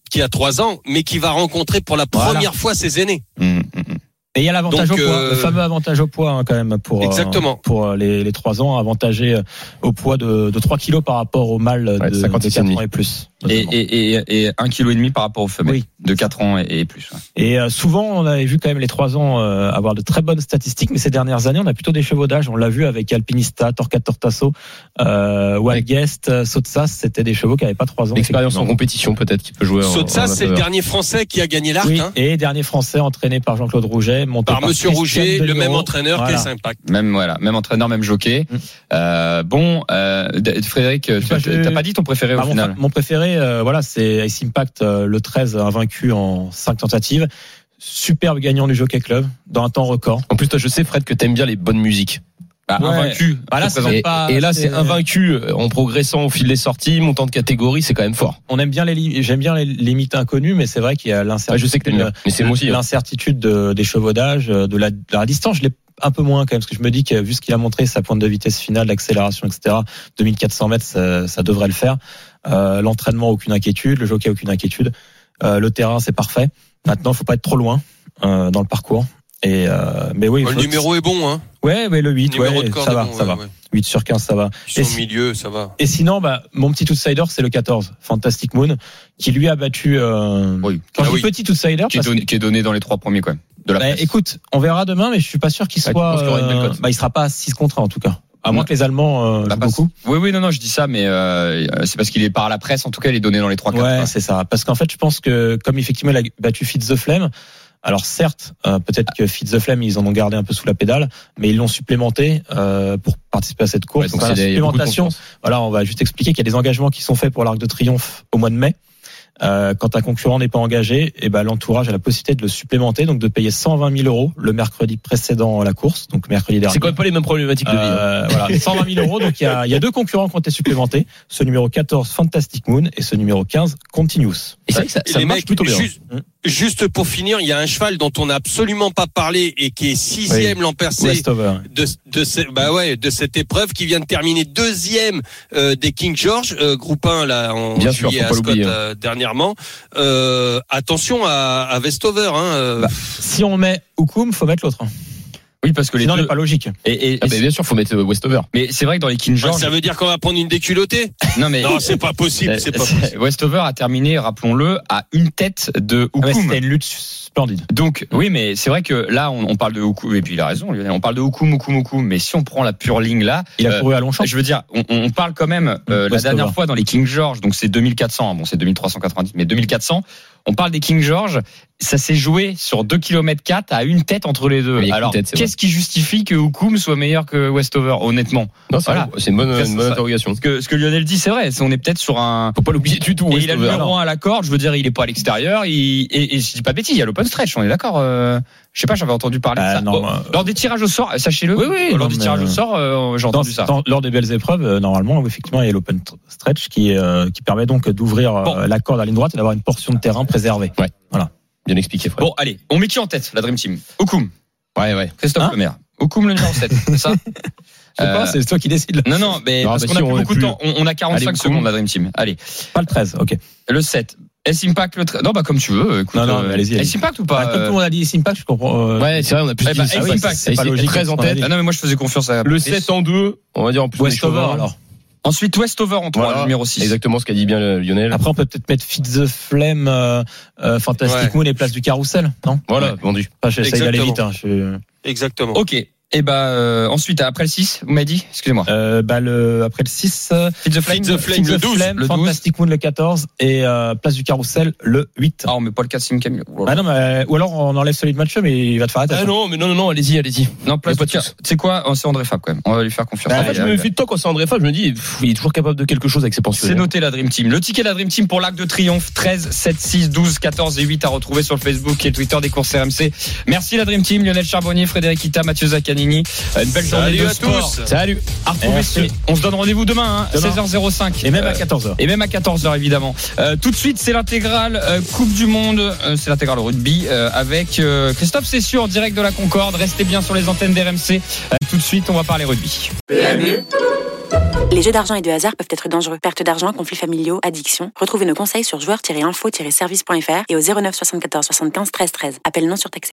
qui a trois ans, mais qui va rencontrer pour la Voilà. première fois ses aînés. Mmh, mmh. Et il y a l'avantage Donc, au poids, euh, le fameux avantage au poids hein, quand même pour Exactement. euh, pour les les trois ans, avantagé au poids de de trois kilos par rapport au mâle de, Ouais, de cinquante-six quatre et demi. ans et plus. Et, notamment. et, et, et un kilo et demi par rapport aux femelles Oui. de quatre ans et, et plus. Ouais. Et euh, souvent, on avait vu quand même les trois ans euh, avoir de très bonnes statistiques, mais ces dernières années, on a plutôt des chevaux d'âge. On l'a vu avec Alpinista, Torquato Tortasso, euh, Wildguest, euh, Sotsas, c'était des chevaux qui n'avaient pas trois ans. L'expérience en effectivement. compétition peut-être qui peut jouer. en- Sotsas, en c'est le faveur. dernier Français qui a gagné l'arc, Oui, hein, et dernier Français entraîné par Jean-Claude Rouget, monté par par Monsieur Christian Rouget, le Deliro. même entraîneur Voilà. qu'est Impact. Même voilà, même entraîneur, même jockey. Mm. Euh, bon, euh, D- Frédéric, tu Bah, je- t'as pas dit ton préféré au Ah, mon, final. mon préféré, euh, voilà, c'est Ace Impact, euh, le treize, invaincu en cinq tentatives. Superbe gagnant du Jockey Club, dans un temps record. En plus, toi, je sais, Fred, que t'aimes bien les bonnes musiques. Bah, Ouais. invaincu. Bah, là, ça présente Et, pas- et là, c'est- c'est invaincu euh, en progressant au fil des sorties, montant de catégorie, c'est quand même fort. On aime bien les, li- j'aime bien les limites inconnues, mais c'est vrai qu'il y a Ouais, l'incertitude. je sais que t'aimes bien, mais c'est moi aussi. hein. L'incertitude de- des chevaudages, de la, de la distance, je l'ai un peu moins quand même, parce que je me dis que vu ce qu'il a montré, sa pointe de vitesse finale, l'accélération, et cetera, deux mille quatre cents mètres, ça, ça devrait le faire. Euh, l'entraînement, aucune inquiétude. Le jockey, aucune inquiétude. Euh, le terrain, c'est parfait. Maintenant, faut pas être trop loin euh, dans le parcours. Et euh, mais oui, il Le faut- numéro est bon, hein. ouais, ouais, le huit, Le numéro ouais, de corde ça est va, bon, ça ouais, va. ouais. huit sur quinze, ça va. Ils Et sont si- au milieu, ça va. Et sinon, bah, mon petit outsider, c'est le quatorze, Fantastic Moon, qui lui a battu. Euh, Oui. Quand Ah je dis oui. petit outsider, Qui est, parce donné, que- qui est donné dans les trois premiers quand même. De la bah, presse. écoute, on verra demain, mais je suis pas sûr qu'il Ah, tu soit. penses qu'il y aura une belle euh, cote bah, il sera pas à six contre un en tout cas. À Non. moins que les Allemands euh, La jouent passe. beaucoup. Oui, oui, non, non, je dis ça, mais euh, c'est parce qu'il est par la presse. En tout cas, il est donné dans les trois quatre. Ouais, c'est ça. Parce qu'en fait, je pense que comme effectivement il a battu Fitz the Flame, alors certes, euh, peut-être que Fitz the Flame ils en ont gardé un peu sous la pédale, mais ils l'ont supplémenté euh, pour participer à cette course. Ouais, donc Enfin, la c'est des- il y a beaucoup de supplémentation. confiance. Voilà, on va juste expliquer qu'il y a des engagements qui sont faits pour l'Arc de Triomphe au mois de mai. Euh, quand un concurrent n'est pas engagé, et ben l'entourage a la possibilité de le supplémenter, donc de payer cent vingt mille euros le mercredi précédent la course, donc mercredi dernier. C'est quand même pas les mêmes problématiques de vie. hein. Euh, voilà, cent vingt mille euros. Donc il y a, il y a deux concurrents qui ont été supplémentés. Ce numéro quatorze, Fantastic Moon, et ce numéro quinze, Continuous. Et c'est vrai que ça, Et ça les marche mecs, plutôt bien. Juste, juste pour finir, il y a un cheval dont on n'a absolument pas parlé et qui est sixième l'an passé Westover. de, de, ce- bah ouais, de cette épreuve, qui vient de terminer deuxième euh, des King George, euh, groupe un là en Bien sûr, juillet faut à pas Scott l'oublier. euh, dernièrement. Euh, attention à, à Westover. Hein, euh, Bah, Si on met Hukum, faut mettre l'autre. Oui, parce que les Sinon, deux. c'est pas logique. Et, et- Ah, bah, bien sûr, faut mettre euh, Westover. mais c'est vrai que dans les King bah, George. ça veut dire qu'on va prendre une déculottée. Non, mais. Non, c'est pas possible. C'est pas possible. Westover a terminé, rappelons-le, à une tête de Ah ouais, Hukum. C'était une lutte splendide. Donc, oui, mais c'est vrai que là, on, on parle de Hukum, et puis il a raison, Lionel, on parle de Hukum, Hukum, Hukum, mais si on prend la pure ligne là, Il a euh, couru à Longchamp. je veux dire, on, on parle quand même, euh, la Westover. dernière fois dans les King George, donc c'est deux mille quatre cents, hein, bon, c'est deux mille trois cent quatre-vingt-dix, mais deux mille quatre cents, on parle des King George, ça s'est joué sur deux kilomètres quatre à une tête entre les deux. Oui, il y a Alors, qu'une tête, c'est qu'est-ce qui justifie que Hukum soit meilleur que Westover, honnêtement? Non, c'est Voilà. vrai, c'est une bonne, Ça, une bonne ça- interrogation. Ce que, ce que Lionel dit, c'est vrai, c'est- on est peut-être sur un, Faut pas l'oublier du tout. et il a le Westover. numéro un à la corde, je veux dire, il est pas à l'extérieur, il, et, et je dis pas de bêtises, il y a l'open stretch, on est d'accord, euh, je sais pas, j'avais entendu parler Ah, de ça. non, Bon, euh, lors des tirages au sort, sachez-le, Oui, oui, lors non, des mais, tirages au euh, sort, euh, j'ai Dans, entendu ça. dans- lors des belles épreuves, euh, normalement, effectivement, il y a l'open tr- stretch qui, euh, qui permet donc d'ouvrir euh, Bon. la corde à ligne droite et d'avoir une portion de terrain préservée. Bien expliqué, Fred. Bon, allez, on met qui en tête, la Dream Team? Hukum, Ouais, ouais. Christophe Hein Lemaire. Hukum, le numéro sept, c'est ça? Je sais pas, Euh, c'est toi qui décides. Là. Non, non, mais Non, parce bah qu'on si, a on plus est beaucoup de plus- temps, on, on a quarante-cinq Allez, secondes, Hukum. la Dream Team. Allez, Pas le treize, ok. le sept. S-Impact, le treize. Non, bah, comme tu veux, écoute. Non, non, euh, mais allez-y, allez-y. S-Impact ou pas? Bah, comme tout le monde a dit Impact, je comprends. euh, Ouais, c'est vrai, on a plus Eh dit bah, ça. Ace Ouais, Impact, c'est- c'est pas c'est logique. treize en ce qu'on a tête. dit. Ah non, mais moi, je faisais confiance à Le sept en deux, on va dire en plus. Westover, des chevaux. alors. Ensuite, Westover en trois, Voilà. le numéro six. Exactement ce qu'a dit bien euh, Lionel. Après, on peut peut-être mettre Fit the Flame, euh, euh, Fantastic Ouais. Moon et Place du Carrousel, non? Voilà, Ouais. vendu. Enfin, j'essaye d'aller Exactement. vite. Hein, je... Exactement. Ok. Et bah, euh, ensuite, après le six, vous m'avez dit? Excusez-moi. euh, bah, le, après le six, euh, Feed the Flame. Feed the Flame, Fit le the douze, Flame, le douze. Fantastic Moon le quatorze et euh, Place du Carrousel le huit. Ah, on met pas le Cassim Camille. Ah non, mais, ou alors on enlève celui de Mathieu, mais il va te faire la tête. Ah non, mais non, non, non, allez-y, allez-y. Non, place pas de tir. tous. Tu sais quoi? Oh, c'est André Fab quand même. On va lui faire confiance. En Allez, fait, je me allez. fais de temps quand c'est André Fab, je me dis, pff, il est toujours capable de quelque chose avec ses C'est pensionnaires. noté la Dream Team. Le ticket de la Dream Team pour l'Arc de Triomphe, treize, sept, six, douze, quatorze et huit à retrouver sur le Facebook et le Twitter des courses R M C. Merci la Dream Team, Lionel Charbonnier, Frédéric Ita, Mathieu Zaccanini. Une belle journée Salut de à sport. tous. Salut. À retrouver Merci. ce- On se donne rendez-vous demain, hein, Demain. seize heures zéro cinq. Et même à Euh, quatorze heures. Et même à quatorze heures évidemment. Euh, tout de suite, c'est l'intégrale euh, Coupe du Monde, euh, c'est l'intégrale rugby euh, avec euh, Christophe Cessieux en direct de la Concorde. Restez bien sur les antennes d'R M C. Euh, tout de suite, on va parler rugby. P M U Les jeux d'argent et de hasard peuvent être dangereux. Perte d'argent, conflits familiaux, addiction. Retrouvez nos conseils sur joueurs tiret info tiret service point f r et au zéro neuf soixante-quatorze soixante-quinze treize treize. Appel non surtaxé.